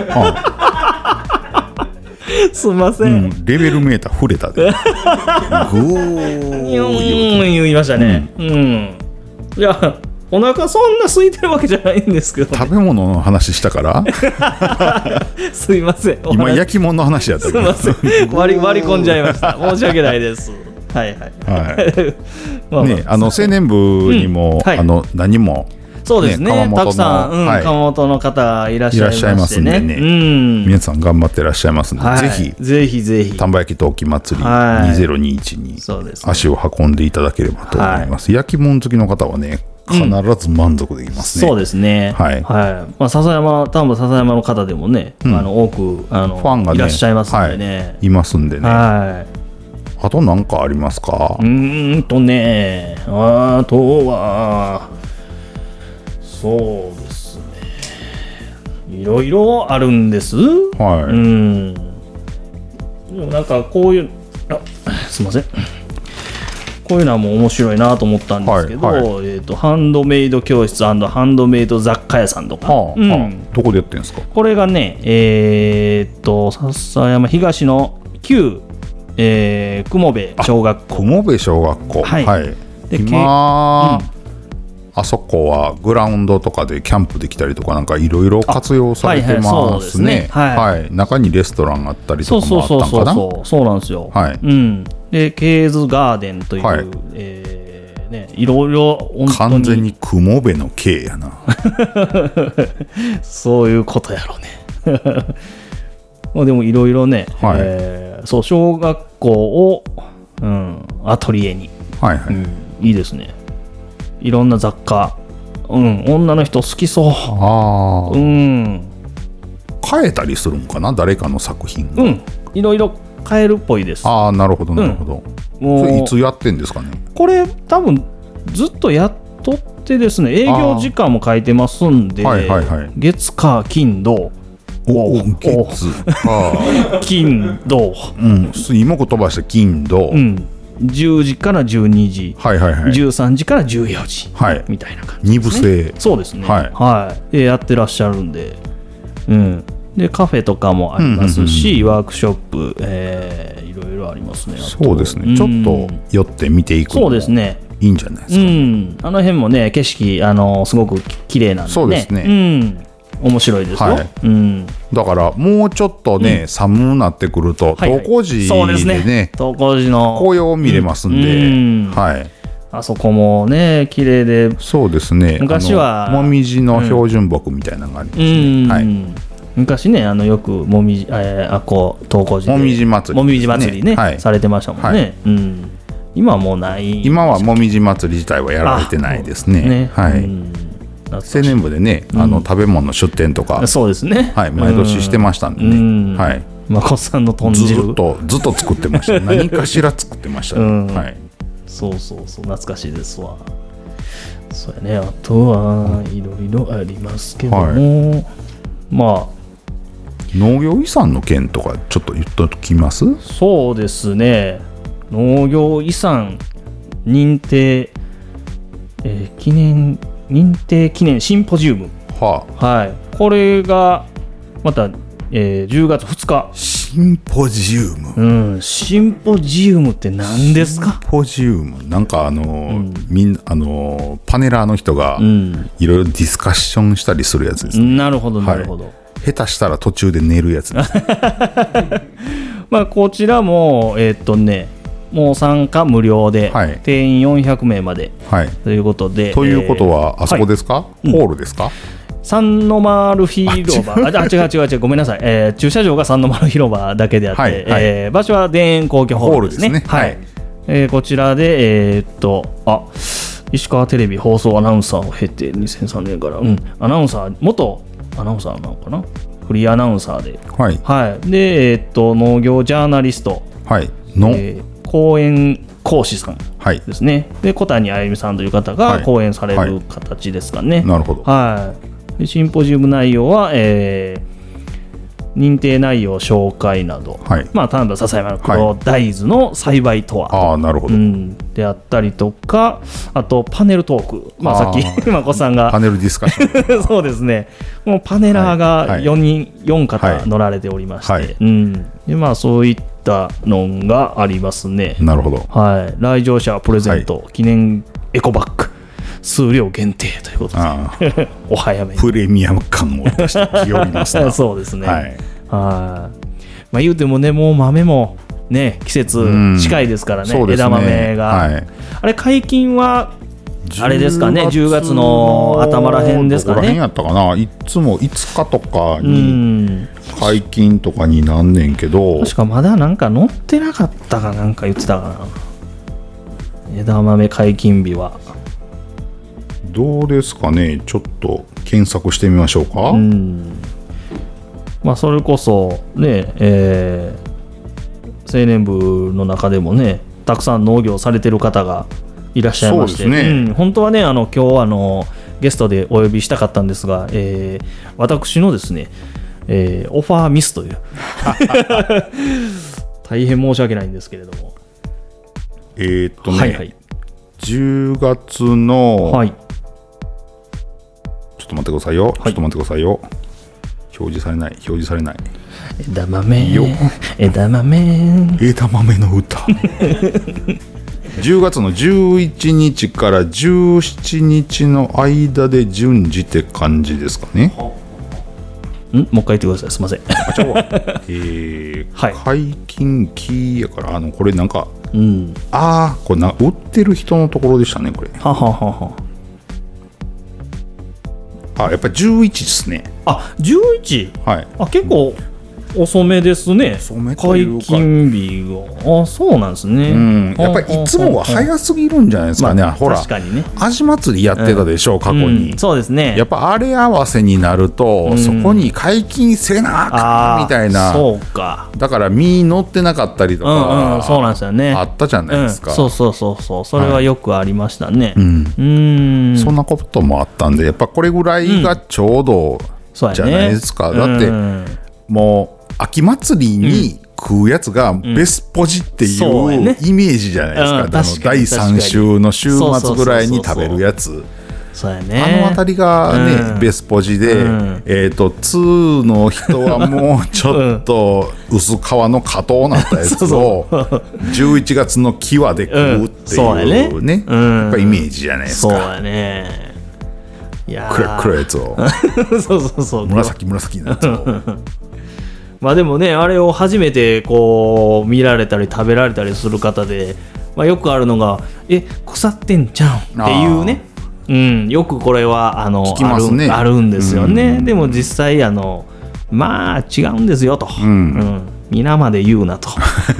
すみません、 レベルメーター触れたでグー言いましたね。いや、お腹そんな空いてるわけじゃないんですけど、 食べ物の話したからすいません、 今焼き物の話やったけど、 すいません、割り込んじゃいました。申し訳ないです。 青年部にも、何もそうですね、たくさん窯元の方いらっしゃいますんでね、 皆さん頑張ってらっしゃいますので、 ぜひ丹波焼き陶器祭り2021に足を運んでいただければと思います。焼き物好きの方はね、 必ず満足できますね。 そうですね。はい。はい。まあ多分笹山の方でもね、多くファンが、ね、いらっしゃいますんでね。 いますんでね。はい。あと何かありますか？ あとはそうですね。いろいろあるんです。はい。でもなんかこういうすいません。こういうのはもう面白いなと思ったんですけど、ハンドメイド教室&ハンドメイド雑貨屋さんとか、どこでやってるんですか？ これがね、笹山東の旧雲部小学校。 雲部小学校。はい。で今、あそこはグラウンドとかでキャンプできたりとかなんかいろいろ活用されてますね。はい。中にレストランがあったりとかもあったんかな。 そうなんですよ。はい。でケーズガーデンという、いろいろ完全に雲部の系やな。 そういうことやろうね。でもいろいろね、そう小学校を、アトリエに、いいですね。いろんな雑貨、女の人好きそう。変えたりするんかな、誰かの作品。 いろいろ変えるっぽいです。 なるほどなるほど。それいつやってんですかね？これ多分ずっとやっとってですね、営業時間も書いてますんで、月火金土。金土、 水木飛ばして金土、 10時から12時、13時から14時、みたいな感じですね。 2部制。 そうですね。でやってらっしゃるんで、でカフェとかもありますし、ワークショップ、いろいろありますね。 そうですね。ちょっと寄って見ていくのもいいんじゃないですか。 あの辺もね、景色すごく綺麗なんでね。そうですね。面白いですよ。 だからもうちょっとね、寒くなってくると東光寺でね、 東光寺の紅葉を見れますんで、 あそこもね綺麗で、 そうですね。昔はもみじの標準木みたいなのがありますね。 昔ね、よくもみじ東光寺でもみじ祭りねされてましたもんね。今はもうない。 今はもみじ祭り自体はやられてないですね。青年部でね、食べ物の出店とか、 そうですね。 毎年してましたんでね。 まこさんの豚汁ずっと作ってました。何かしら作ってましたね。 そう懐かしいですわ。そうやね。あとはいろいろありますけども、 農業遺産の件とかちょっと言っときます？ そうですね。農業遺産認定、認定記念シンポジウム、これがまた、10月2日。 シンポジウム、 シンポジウムって何ですか？ シンポジウムなんかみんなパネラーの人がいろいろディスカッションしたりするやつですね。 なるほどなるほど。 下手したら途中で寝るやつです。 こちらももう参加無料で、定員400名まで、ということで。 ということはあそこですか？ホールですか？ 三の丸広場。違うごめんなさい。駐車場が三の丸広場だけであって、場所は田園皇居ホールですね。こちらで石川テレビ放送アナウンサーを経て2003年から、元アナウンサーなのかな、フリーアナウンサーで、で農業ジャーナリストの講演講師さんですね。で小谷あゆみさんという方が講演される形ですかね。 なるほど。 でシンポジウム内容は、認定内容紹介など、田畑笹山の黒大豆の栽培とは、 なるほど、 であったりとか、あとパネルトーク、さっきまこさんがパネルディスカッションそうですね、もうパネラーが4方乗られておりまして、でそういったのがありますね。 なるほど。 来場者プレゼント、記念エコバッグ数量限定ということでお早めにプレミアム感を出してきよりますな。 そうですね。言うてもね、もう豆もね季節近いですからね、枝豆が、あれ解禁はあれですかね、10月の頭らへんですかね。 どこらへんやったかな。いつも5日とかに解禁とかになんねんけど、 確かまだなんか載ってなかったかなんか言ってたかな、枝豆解禁日は。 どうですかね、ちょっと検索してみましょうか。 まあ、それこそね、青年部の中でもねたくさん農業されてる方がいらっしゃいまして、そうですね、本当はね今日ゲストでお呼びしたかったんですが、私のですね、オファーミスという大変申し訳ないんですけれども、 はいはい、10月の、はい、ちょっと待ってくださいよ、はい、ちょっと待ってくださいよ、表示されない枝豆の歌10月の11日から17日の間で順次って感じですかね。 もう一回言ってください、すいません。 はい、解禁期やからこれなんか、これ売ってる人のところでしたね、これ。やっぱり11ですね。 11？ はい。結構遅めですね。解禁日が。そうなんですね。 やっぱりいつもは早すぎるんじゃないですかね。ほら、確かにね。味祭りやってたでしょ、過去に。 そうですね。 やっぱあれ合わせになると、そこに解禁せなあかんみたいな。 そうか。 だから身乗ってなかったりとか、 そうなんですよね。 あったじゃないですか。 そう。それはよくありましたね。 そんなこともあったんで、やっぱこれぐらいがちょうどじゃないですか。だってもう秋祭りに食うやつがベスポジっていうイメージじゃないですか。第3週の週末ぐらいに食べるやつ。 そうやね。 あの辺りがね、ベスポジで、2の人はもうちょっと薄皮の加糖なったやつを11月のキワで食うっていうね、やっぱイメージじゃないですか。 そうやね。 黒いやつをそう紫のやつをまあでもね、あれを初めてこう見られたり食べられたりする方で、よくあるのが腐ってんちゃうんっていうね、よくこれは聞きますね。あるんですよね。でも実際まあ違うんですよと、皆まで言うなと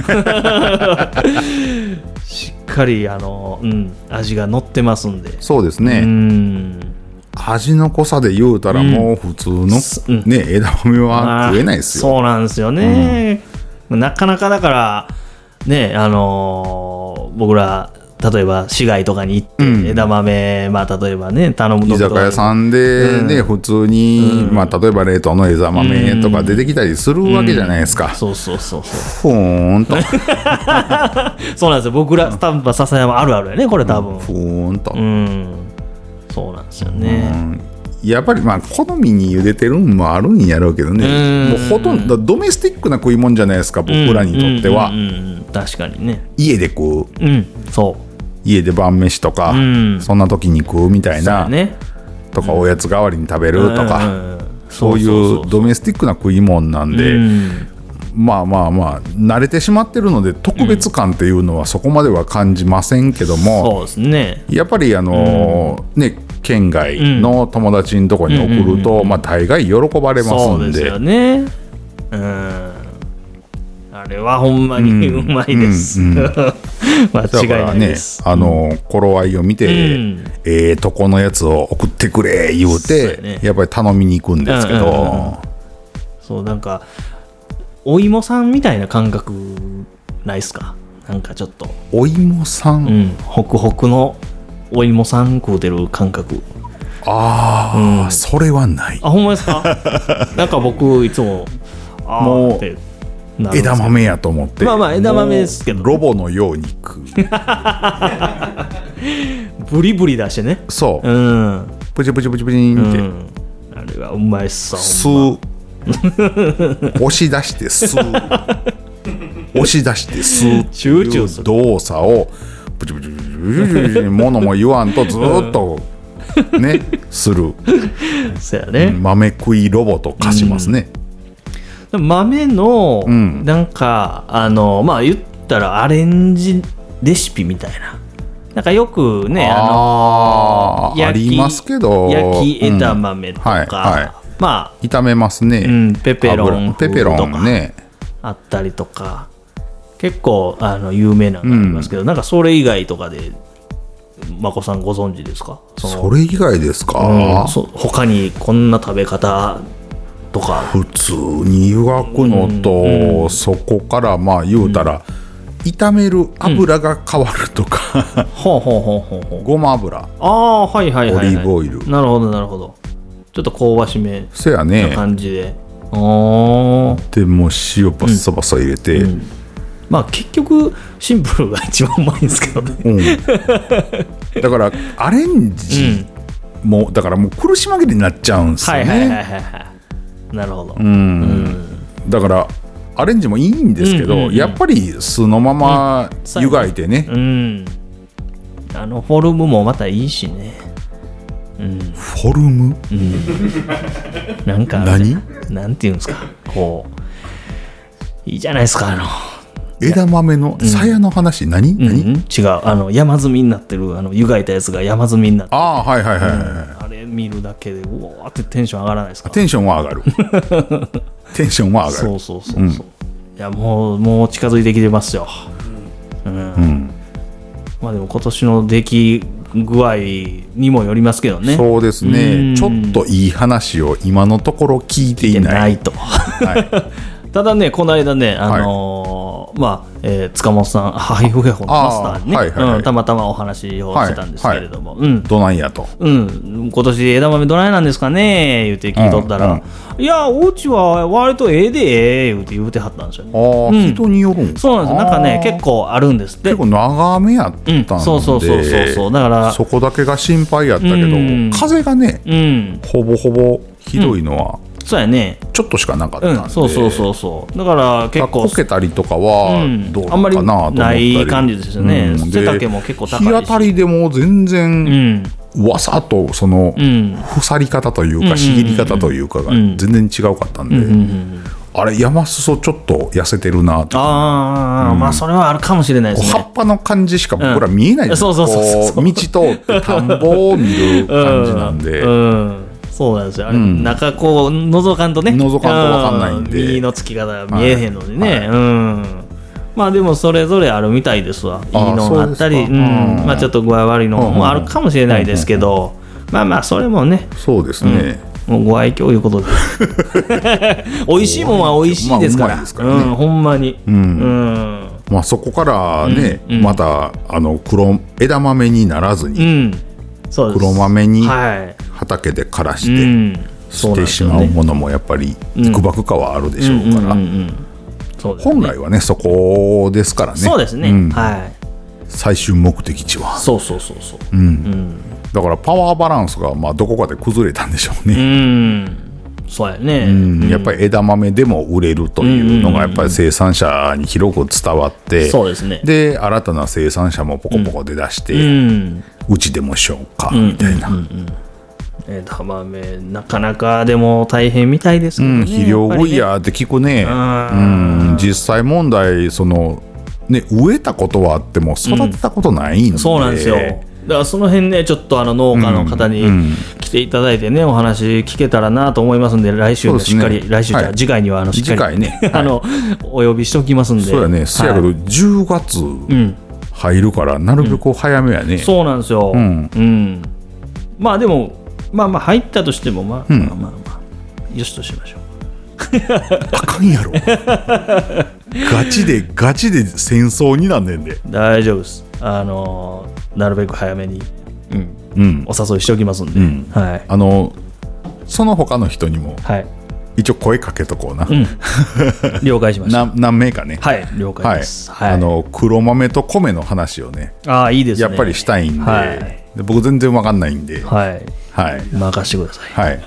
しっかり味が乗ってますんで。 そうですね。味の濃さで言うたらもう普通の、枝豆は食えないですよ。 そうなんですよね。なかなかだからね、僕ら例えば市街とかに行って枝豆、例えばね頼むと居酒屋さんでね、普通に、例えば冷凍の枝豆とか出てきたりするわけじゃないですか。 そうふーんとそうなんですよ。僕ら多分笹山あるあるやね、これ多分。 ふーんと。 そうなんですよね。 やっぱり好みに茹でてるんもあるんやろうけどね、もうほとんどドメスティックな食い物じゃないですか、僕らにとっては。 確かにね。 家で食う、 そう家で晩飯とか、そんな時に食うみたいな、とかおやつ代わりに食べるとか、そういうドメスティックな食い物なんで、まあ慣れてしまってるので特別感っていうのはそこまでは感じませんけども、 そうですね。 やっぱり県外の友達のとこに送ると、大概喜ばれますんで。 そうですよね。あれはほんまにうまいです。間違いないです。 頃合いを見て、とこのやつを送ってくれ言うて、やっぱり頼みに行くんですけど、 そうなんかお芋さんみたいな感覚ないっすか？なんかちょっとお芋さん、 ホクホクのお芋さん食うてる感覚。 それはない。 ほんまですか？なんか僕いつももう枝豆やと思って、 枝豆ですけど、 ロボのように食うブリブリ出してね。 そう、プチプチプチプチンって、 あれはうまいっす。 吸う押し出して吸う押し出して吸うっていう動作をプチプチプチプチものも言わんとずっとねする。 そうやね。 豆食いロボと化しますね。 豆のなんか言ったらアレンジレシピみたいな、なんかよくねありますけど、 焼き枝豆とか、 炒めますね。 ペペロンとかねあったりとか、結構有名なのがありますけど、なんかそれ以外とかでまこさんご存知ですか？ それ以外ですか？ 他にこんな食べ方とか。 普通に湯がくのと、そこからまあ言うたら、炒める油が変わるとか、ごま油、 オリーブオイル。 なるほどなるほど。ちょっと香ばしめな感じで。でも塩バッサバサ入れて、 まあ結局シンプルが一番うまいんですけどね。 だからアレンジもだからもう苦し紛れになっちゃうんですよね。 なるほど。 だからアレンジもいいんですけど、やっぱり素のまま湯がいてね、フォルムもまたいいしね。 フォルム、 なんかなんていうんですか、こういいじゃないですか。 枝豆の鞘の話、何？違う、山積みになってる湯がいたやつが山積みになってる。 あれ見るだけでうわーってテンション上がらないですか？ テンションは上がる。テンションは上がる。 そう。いやもう近づいてきてますよ。まあでも今年の出来具合にもよりますけどね。 そうですね。ちょっといい話を今のところ聞いていないと。ただね、この間ね、塚本さん、ハイフヘホのマスターにね、たまたまお話をしてたんですけれども、 どないやと、 今年枝豆どないなんですかね言って聞いとったら、いや、おうちは割とええで言うてはったんですよね。 人によるんですか？ そうなんですよ。なんかね、結構あるんですって。 結構長めやったんで、 そうだからそこだけが心配やったけど、風がね、ほぼほぼひどいのは、 そうやね、 ちょっとしかなかったんで、 そうだから結構こけたりとかはどうかなと思ったり、 あんまりない感じですよね。背丈も結構高いし、 日当たりでも全然、わさっとその腐り方というか茂り方というかが全然違うかったんで、あれ山裾ちょっと痩せてるなと。 まあそれはあるかもしれないですね。 葉っぱの感じしか僕ら見えないです。道通って田んぼを見る感じなんで、 そうなんですよ。あれ、中こう覗かんとね、 分かんないんで、 右のつき方が見えへんのでね。まあでもそれぞれあるみたいですわ。いいのがあったり、まあちょっと具合悪いのもあるかもしれないですけど、まあそれもね、 そうですね、 もうご愛嬌いうことで美味しいもんは美味しいですから、ほんまに。 まあそこからね、また枝豆にならずに、黒豆に畑で枯らしてしまうものもやっぱりいくばくかはあるでしょうから、本来はねそこですからね。 そうですね、 最終目的地は。 そう、 だからパワーバランスがまあどこかで崩れたんでしょうね。 そうやね、 やっぱり枝豆でも売れるというのがやっぱり生産者に広く伝わって、 そうですね。 で新たな生産者もポコポコ出だして、うちでもしようかみたいな。 枝豆なかなかでも大変みたいですけどね。 肥料分野って聞くね。実際問題植えたことはあっても育てたことないんで、 そうなんですよ。だからその辺ね、ちょっと農家の方に来ていただいてね、お話聞けたらなと思いますんで、来週しっかり、次回にはしっかりね、お呼びしておきますんで。 そうやね。せやけど10月入るからなるべく早めやね。 そうなんですよ。まあでもまあ入ったとしてもまあよしとしましょう。 あかんやろ。ガチで戦争になんねんで。 大丈夫です。なるべく早めに、お誘いしておきますんで、 その他の人にも、一応声かけとこうな。 了解しました。 何名かね。 了解です。 黒豆と米の話をね、 いいですね。 やっぱりしたいんで、僕全然わかんないんで、 任してください。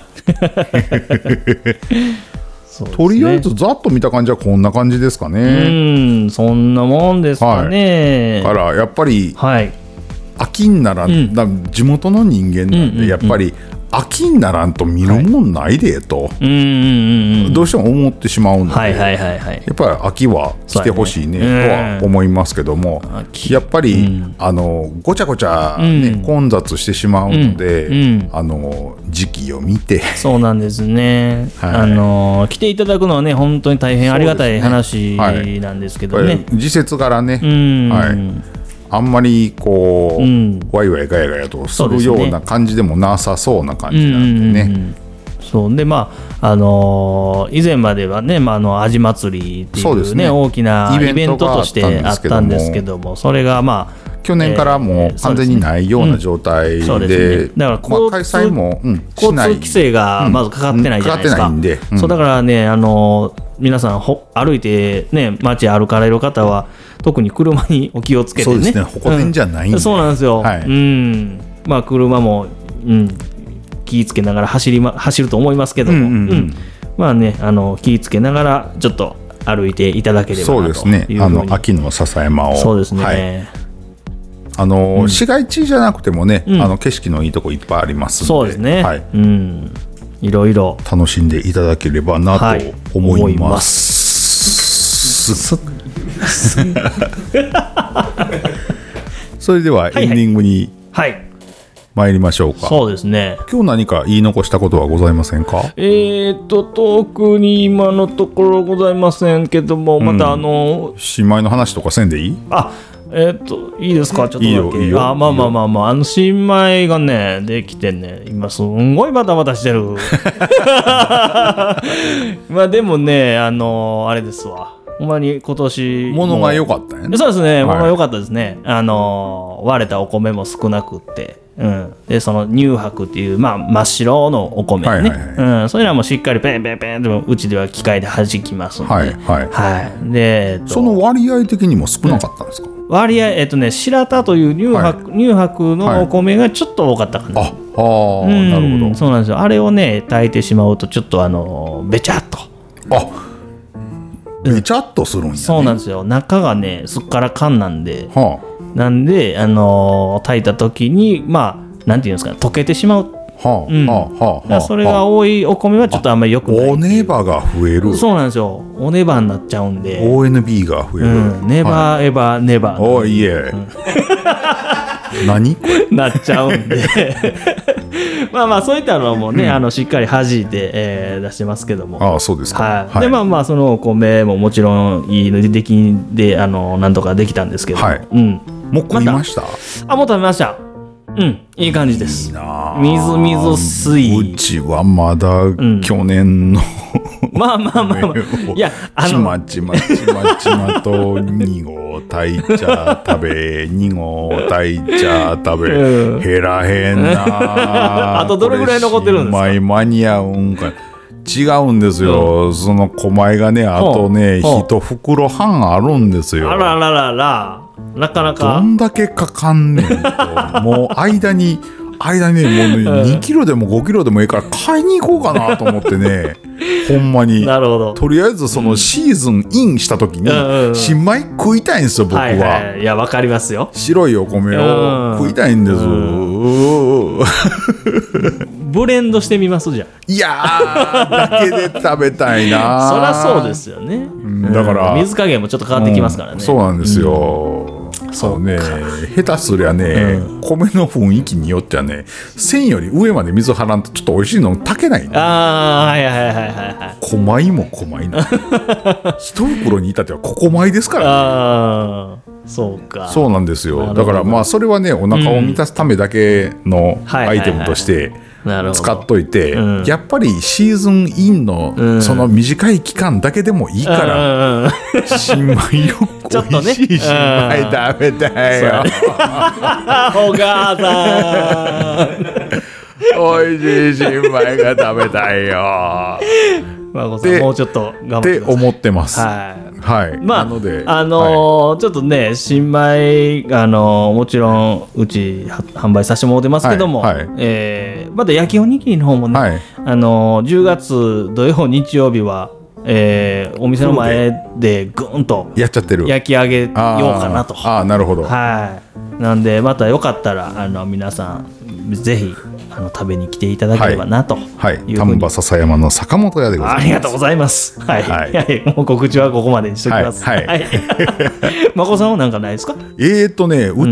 とりあえずざっと見た感じはこんな感じですかね。 そんなもんですかね。 だからやっぱり秋にならん、地元の人間なんでやっぱり秋にならんと見るもんないでと、どうしても思ってしまうので、やっぱり秋は来てほしいねとは思いますけども、やっぱりごちゃごちゃ混雑してしまうので、時期を見て。 そうなんですね。来ていただくのはね、本当に大変ありがたい話なんですけどね。 時節柄ね、 あんまりこう、ワイワイガヤガヤとするような感じでもなさそうな感じなんでね。 そうで以前まではね、味祭りっていうね、大きなイベントとしてあったんですけども、それが去年からもう完全にないような状態で、 だから開催も交通規制がまずかかってないじゃないですか。そうだからね、皆さん歩いてね、街歩かれる方は特に車にお気をつけてね。 そうですね、歩行天じゃないんで、 そうなんですよ。車も気ぃつけながら走ると思いますけども、気ぃつけながらちょっと歩いていただければなというふうに。そうですね、 秋の笹山を。 そうですね、 市街地じゃなくてもね、景色のいいとこいっぱいありますので、 そうですね、いろいろ楽しんでいただければなと思います。それではエンディングに参りましょうか。 そうですね。 今日何か言い残したことはございませんか？ 特に今のところございませんけども、また新米の話とかせんでいい？ いいですか、ちょっとだけ。いいよ。新米がねできてね、今すんごいバタバタしてる。でもね、あれですわ、ほんまに今年物が良かったよね。 そうですね、物が良かったですね。割れたお米も少なくって、でその乳白っていう、真っ白のお米ね、そういうのもしっかりペンペンペンでもうちでは機械で弾きますので、でその割合的にも少なかったんですか？ 割合白田という乳白のお米がちょっと多かったかな。 なるほど。 そうなんですよ。あれをね炊いてしまうとちょっとべちゃっと。 べちゃっとするんやね。 そうなんですよ。中がねすっからかんなんで、なんで炊いた時になんていうんですか、溶けてしまう。それが多いお米はちょっとあんまりよくない。 おねばが増える。 そうなんですよ。おねばになっちゃうんで。 ONB が増える。 ネバーエバーネバー。 おいえ。何これなっちゃうんで。そういったのもね、しっかり弾いて、出してますけども。 そうですか。 でそのお米ももちろんいいので出来でなんとかできたんですけど。 もう食いました？ もう食べました。いい感じです。 いいな。 みずみずしい。 うちはまだ去年のいやちまちまと2合炊いちゃ食べ2合炊いちゃ食べ減らへんな。 あとどれぐらい残ってるんですか？ 間に合うんか。違うんですよ、その小米がねあとね1袋半あるんですよ。 あらららら、なかなかどんだけかかんねんと。もう間にねもう2キロでも5キロでもいいから買いに行こうかなと思ってね。ほんまに。 なるほど。 とりあえずそのシーズンインした時に新米食いたいんですよ僕は。 いやわかりますよ。 白いお米を食いたいんです。 ブレンドしてみますじゃん。 いやーだけで食べたいな。 そりゃそうですよね。 だから水加減もちょっと変わってきますからね。 そうなんですよ。そうね、下手すりゃね、米の雰囲気によってはね、線より上まで水張らんとちょっと美味しいの炊けない。小米も小米な。一袋にいたってはここ米ですからね。 そうか。 そうなんですよ。だからそれはね、お腹を満たすためだけのアイテムとして使っといて、やっぱりシーズンインのその短い期間だけでもいいから、新米よ美味しい新米食べたいよ。 お母さん美味しい新米が食べたいよ。 もうちょっと頑張ってって思ってます。なのでちょっとね新米もちろんうち販売させてもらってますけども、まだ焼きおにぎりの方もね、10月土曜日曜日はお店の前でぐんとやっちゃってる焼き上げようかなと。 なるほど。 なんでまたよかったら皆さんぜひ食べに来ていただければなという丹波篠山の坂本屋でございます。 ありがとうございます。もう告知はここまでにしておきます。まこさんは何かないですか？ う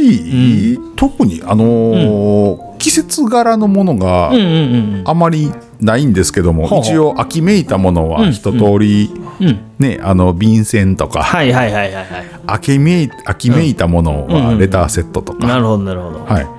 ち特に季節柄のものがあまりないんですけども、一応秋めいたものは一通り、ね、便箋とか、秋めいたものはレターセットとか、 なるほどなるほど、 はい、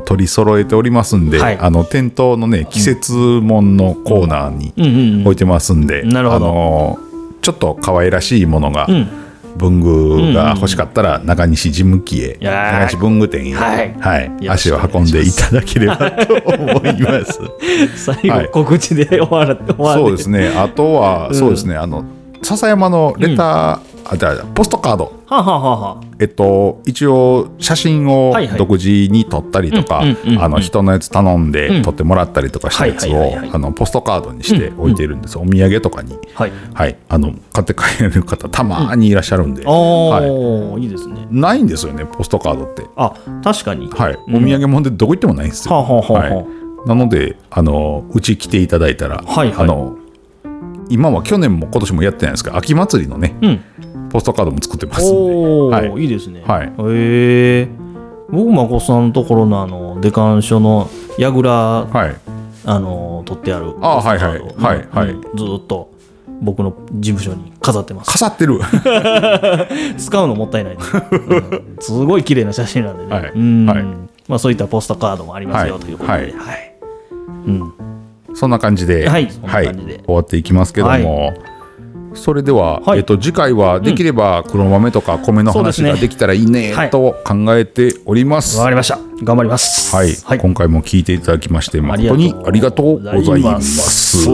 取り揃えておりますんで、店頭のね季節もんのコーナーに置いてますんで、 なるほど、 ちょっと可愛らしいものが、文具が欲しかったら中西事務機へ、中西文具店へ、足を運んでいただければと思います最後告知で終わる、 そうですね。あとは、そうですね、笹山のレター、ポストカード、一応写真を独自に撮ったりとか、人のやつ頼んで撮ってもらったりとかしたやつをポストカードにして置いているんです。お土産とかに、買って帰れる方たまにいらっしゃるんで、 いいですね。 ないんですよね、ポストカードって。 確かに、 お土産物でどこ行ってもないんですよ。なのでうち来ていただいたら、今は去年も今年もやってないんですけど、秋祭りのね、ポストカードも作ってますんで、 いいですね。僕まこさんのところのデカン書の櫓、取ってあるポストカード、ずっと僕の事務所に飾ってます。 飾ってる使うのもったいない、すごい綺麗な写真なんでね、そういったポストカードもありますよということで、 そんな感じで、終わっていきますけども、それでは、次回はできれば黒豆とか米の話ができたらいいねと考えております。 わかりました。頑張ります。 今回も聞いていただきまして誠にありがとうございます。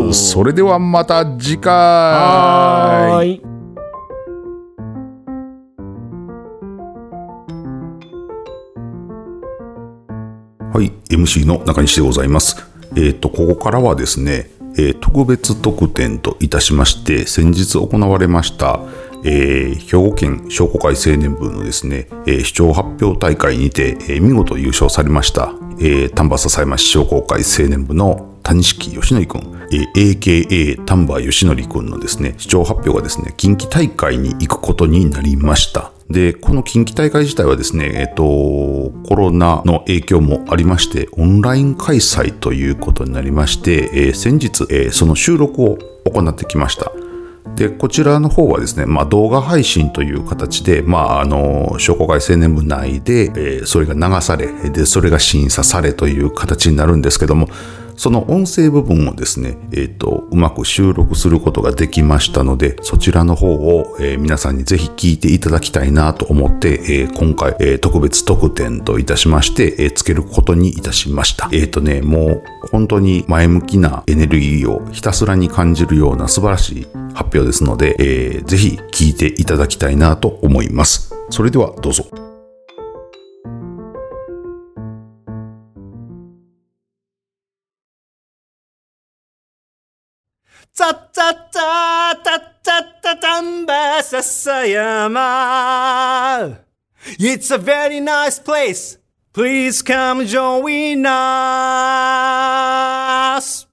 それではまた次回。はい、MC の中西でございます。ここからはですね、特別特典といたしまして、先日行われました、兵庫県商工会青年部のですね、市長発表大会にて、見事優勝されました、丹波篠山市商工会青年部の谷敷義則君、AKA 丹波義則君のですね、市長発表がですね、近畿大会に行くことになりました。で、この近畿大会自体はですね、コロナの影響もありまして、オンライン開催ということになりまして、先日、その収録を行ってきました。で、こちらの方はですね、動画配信という形で、商工会青年部内で、それが流され、で、それが審査されという形になるんですけども、その音声部分をですね、うまく収録することができましたので、そちらの方を、皆さんにぜひ聞いていただきたいなと思って、今回、特別特典といたしまして、つけることにいたしました。もう本当に前向きなエネルギーをひたすらに感じるような素晴らしい発表ですので、ぜひ聞いていただきたいなと思います。それではどうぞ。 たたたたたた丹波篠山 It's a very nice place. Please come join us.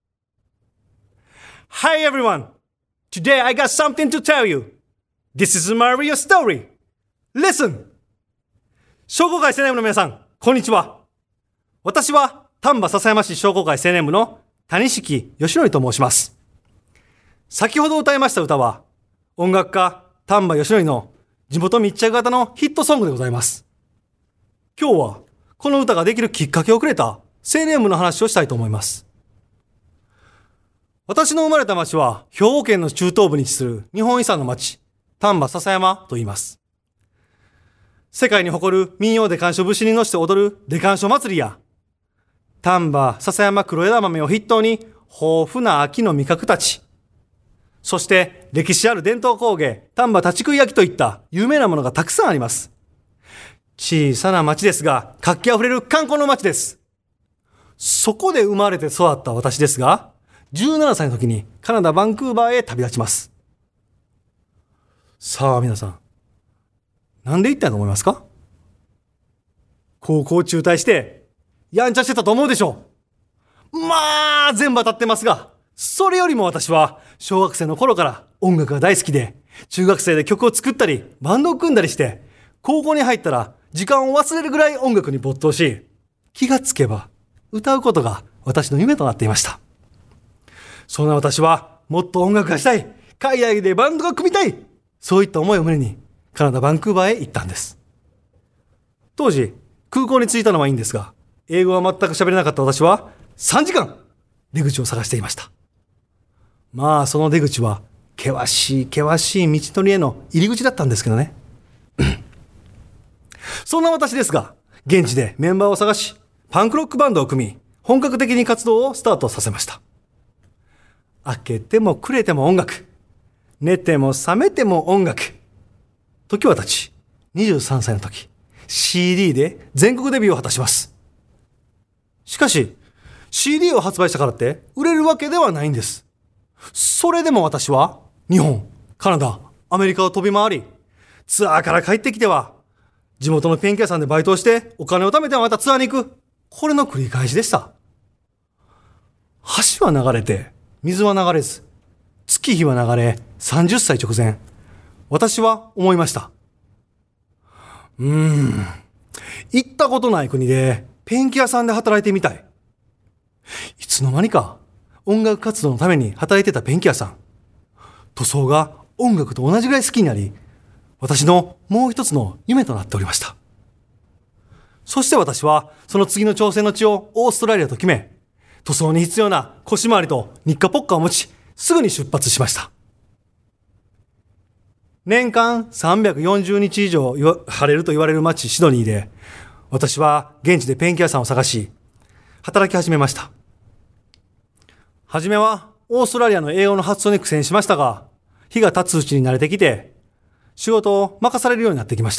Hi everyone. Today I got something to tell you. This is my real story. Listen. 商工会青年部の皆さん、こんにちは。私は丹波篠山市商工会青年部の谷敷義則と申します。先ほど歌いました歌は、音楽家丹波義則の地元密着型のヒットソングでございます。今日はこの歌ができるきっかけをくれた青年部の話をしたいと思います。私の生まれた町は兵庫県の中東部に位置する日本遺産の町、丹波篠山と言います。世界に誇る民謡デカンショ節に乗して踊るデカンショ祭りや、丹波篠山黒枝豆を筆頭に豊富な秋の味覚たち、そして歴史ある伝統工芸丹波立ち食い焼きといった有名なものがたくさんあります。小さな町ですが活気あふれる観光の町です。そこで生まれて育った私ですが、17歳の時にカナダバンクーバーへ旅立ちます。さあ皆さん、なんで行ったと思いますか？高校中退してやんちゃしてたと思うでしょう。まあ全部当たってますが、それよりも私は小学生の頃から音楽が大好きで、中学生で曲を作ったりバンドを組んだりして、高校に入ったら時間を忘れるぐらい音楽に没頭し、気がつけば歌うことが私の夢となっていました。 そんな私はもっと音楽がしたい、海外でバンドが組みたい、そういった思いを胸にカナダバンクーバーへ行ったんです。当時空港に着いたのはいいんですが、英語は全く喋れなかった私は3時間出口を探していました。まあその出口は険しい道のりへの入り口だったんですけどねそんな私ですが、現地でメンバーを探し、パンクロックバンドを組み、本格的に活動をスタートさせました。明けても暮れても音楽、寝ても覚めても音楽。時は経ち、23歳の時、CD で全国デビューを果たします。しかし、CD を発売したからって売れるわけではないんです。それでも私は日本、カナダ、アメリカを飛び回り、ツアーから帰ってきては地元のペンキ屋さんでバイトをしてお金を貯めてはまたツアーに行く、これの繰り返しでした。橋は流れて水は流れず、月日は流れ30歳直前、私は思いました。行ったことない国でペンキ屋さんで働いてみたい。いつの間にか音楽活動のために働いてたペンキ屋さん、塗装が音楽と同じぐらい好きになり、私のもう一つの夢となっておりました。そして私はその次の挑戦の地をオーストラリアと決め、塗装に必要な腰回りと日課ポッカを持ち、すぐに出発しました。年間340日以上晴れると言われる街シドニーで、私は現地でペンキ屋さんを探し、働き始めました。はじめはオーストラリアの英語の発音に苦戦しましたが、日が経つうちに慣れてきて、仕事を任されるようになってきました。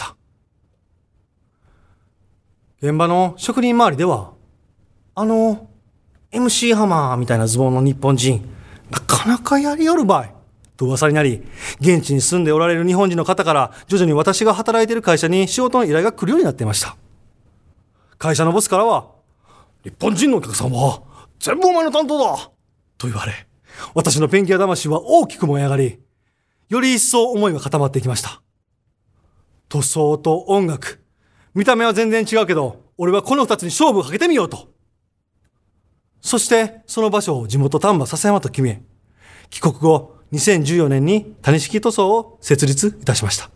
現場の職人周りでは、MC ハマーみたいなズボンの日本人、なかなかやりよるばいと噂になり、現地に住んでおられる日本人の方から徐々に私が働いている会社に仕事の依頼が来るようになっていました。会社のボスからは、日本人のお客さんは全部お前の担当だと言われ、私のペンキ屋魂は大きく燃え上がり、より一層思いが固まっていきました。塗装と音楽、見た目は全然違うけど、俺はこの二つに勝負をかけてみようと。そしてその場所を地元丹波篠山と決め、帰国後2014年に谷敷塗装を設立いたしました。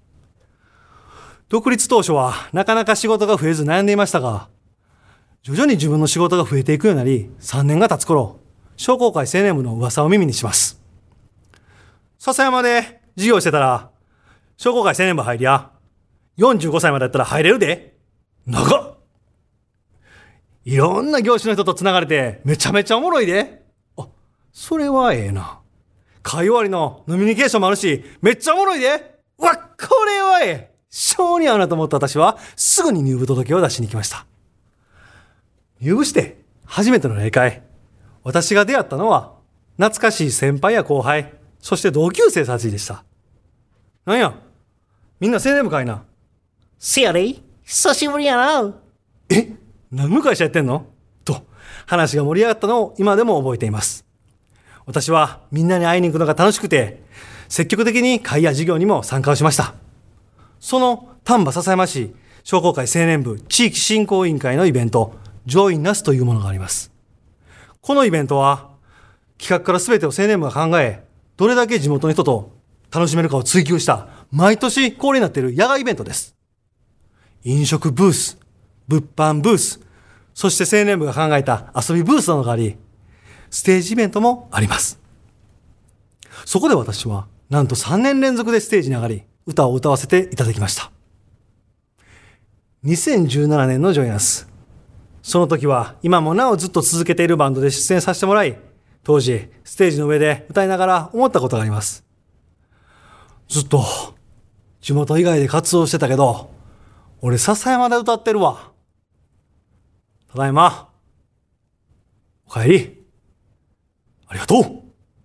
独立当初はなかなか仕事が増えず悩んでいましたが、徐々に自分の仕事が増えていくようになり、3年が経つ頃、商工会青年部の噂を耳にします。篠山で授業してたら、商工会青年部入りや、45歳までやったら入れるで。長っ。いろんな業種の人とつながれてめちゃめちゃおもろいで。あ、それはええな。会終わりのノミニケーションもあるし、めっちゃおもろいで。うわ、これはええ。性に合うなと思った私はすぐに入部届を出しに来ました。入部して初めての例会、私が出会ったのは懐かしい先輩や後輩、そして同級生たちでした。なんや、みんな青年部かいな。 せやで、久しぶりやな。 え、何の会社やってんのと話が盛り上がったのを今でも覚えています。私はみんなに会いに行くのが楽しくて、積極的に会や授業にも参加をしました。その丹波篠山市商工会青年部地域振興委員会のイベント、ジョイナスというものがあります。このイベントは企画から全てを青年部が考え、どれだけ地元の人と楽しめるかを追求した毎年恒例になっている野外イベントです。飲食ブース、物販ブース、そして青年部が考えた遊びブースなどがあり、ステージイベントもあります。そこで私はなんと3年連続でステージに上がり、歌を歌わせていただきました。2017年のジョイナス、その時は今もなおずっと続けているバンドで出演させてもらい、当時ステージの上で歌いながら思ったことがあります。ずっと地元以外で活動してたけど、俺篠山で歌ってるわ。ただいま。おかえり。ありがとう。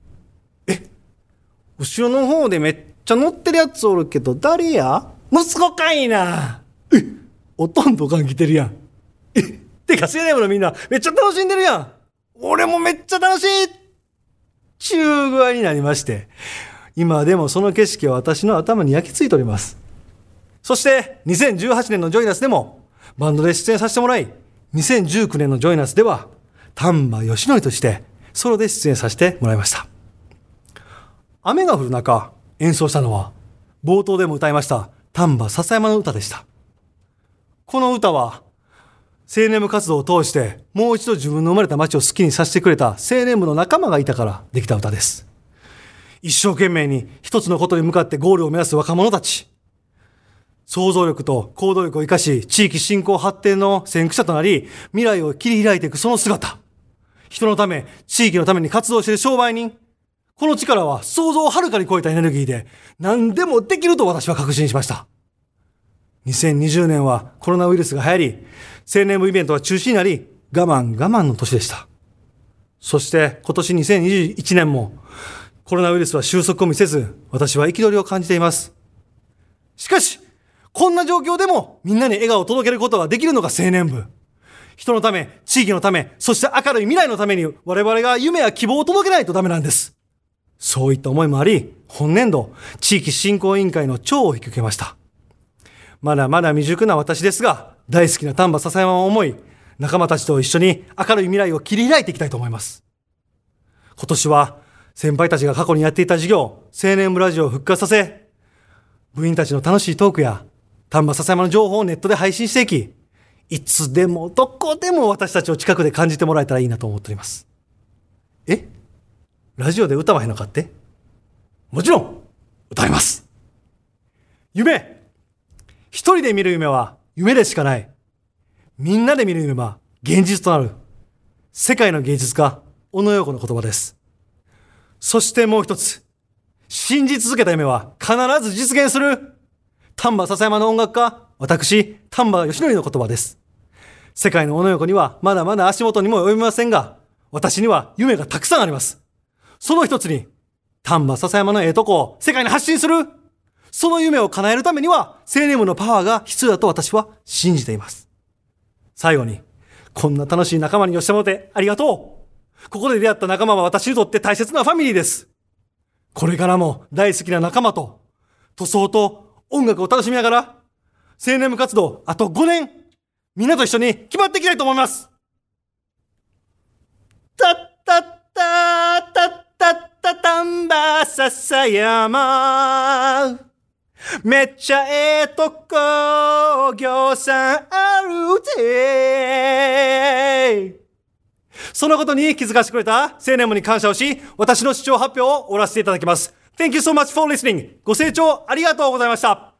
後ろの方でめっちゃ乗ってるやつおるけど誰や？息子かいな。ほとんど感来てるやん。てか青年部のみんなめっちゃ楽しんでるやん。俺もめっちゃ楽しいちゅう具合になりまして、今でもその景色は私の頭に焼き付いております。そして2018年のジョイナスでもバンドで出演させてもらい、2019年のジョイナスでは丹波義則としてソロで出演させてもらいました。雨が降る中、演奏したのは冒頭でも歌いました丹波篠山の歌でした。この歌は青年部活動を通してもう一度自分の生まれた町を好きにさせてくれた青年部の仲間がいたからできた歌です。一生懸命に一つのことに向かってゴールを目指す若者たち、想像力と行動力を生かし地域振興発展の先駆者となり未来を切り開いていくその姿、人のため地域のために活動している商売人、この力は想像をはるかに超えたエネルギーで何でもできると私は確信しました。2020年はコロナウイルスが流行り、青年部イベントは中止になり、我慢の年でした。そして今年2021年もコロナウイルスは収束を見せず、私は憤りを感じています。しかし、こんな状況でもみんなに笑顔を届けることができるのが青年部。人のため、地域のため、そして明るい未来のために我々が夢や希望を届けないとダメなんです。そういった思いもあり、本年度、地域振興委員会の長を引き受けました。まだまだ未熟な私ですが、大好きな丹波篠山を思い、仲間たちと一緒に明るい未来を切り開いていきたいと思います。今年は、先輩たちが過去にやっていた事業、青年部ラジオを復活させ、部員たちの楽しいトークや、丹波篠山の情報をネットで配信していき、いつでもどこでも私たちを近くで感じてもらえたらいいなと思っております。ラジオで歌わへんのかって？もちろん歌います。夢、一人で見る夢は夢でしかない。みんなで見る夢は現実となる。世界の芸術家小野洋子の言葉です。そしてもう一つ、信じ続けた夢は必ず実現する。丹波篠山の音楽家、私丹波義則の言葉です。世界の小野洋子にはまだまだ足元にも及びませんが、私には夢がたくさんあります。その一つに、丹波篠山のとこを世界に発信する。その夢を叶えるためには、青年部のパワーが必要だと私は信じています。最後に、こんな楽しい仲間に寄せてもらってありがとう。ここで出会った仲間は私にとって大切なファミリーです。これからも大好きな仲間と、塗装と音楽を楽しみながら、青年部活動あと5年、みんなと一緒に決まっていきたいと思います。丹波篠山めっちゃとこぎょうさんあるで。そのことに気づかせてくれた青年部に感謝をし、私の視聴発表を終わらせていただきます。Thank you so much for listening. ご清聴ありがとうございました。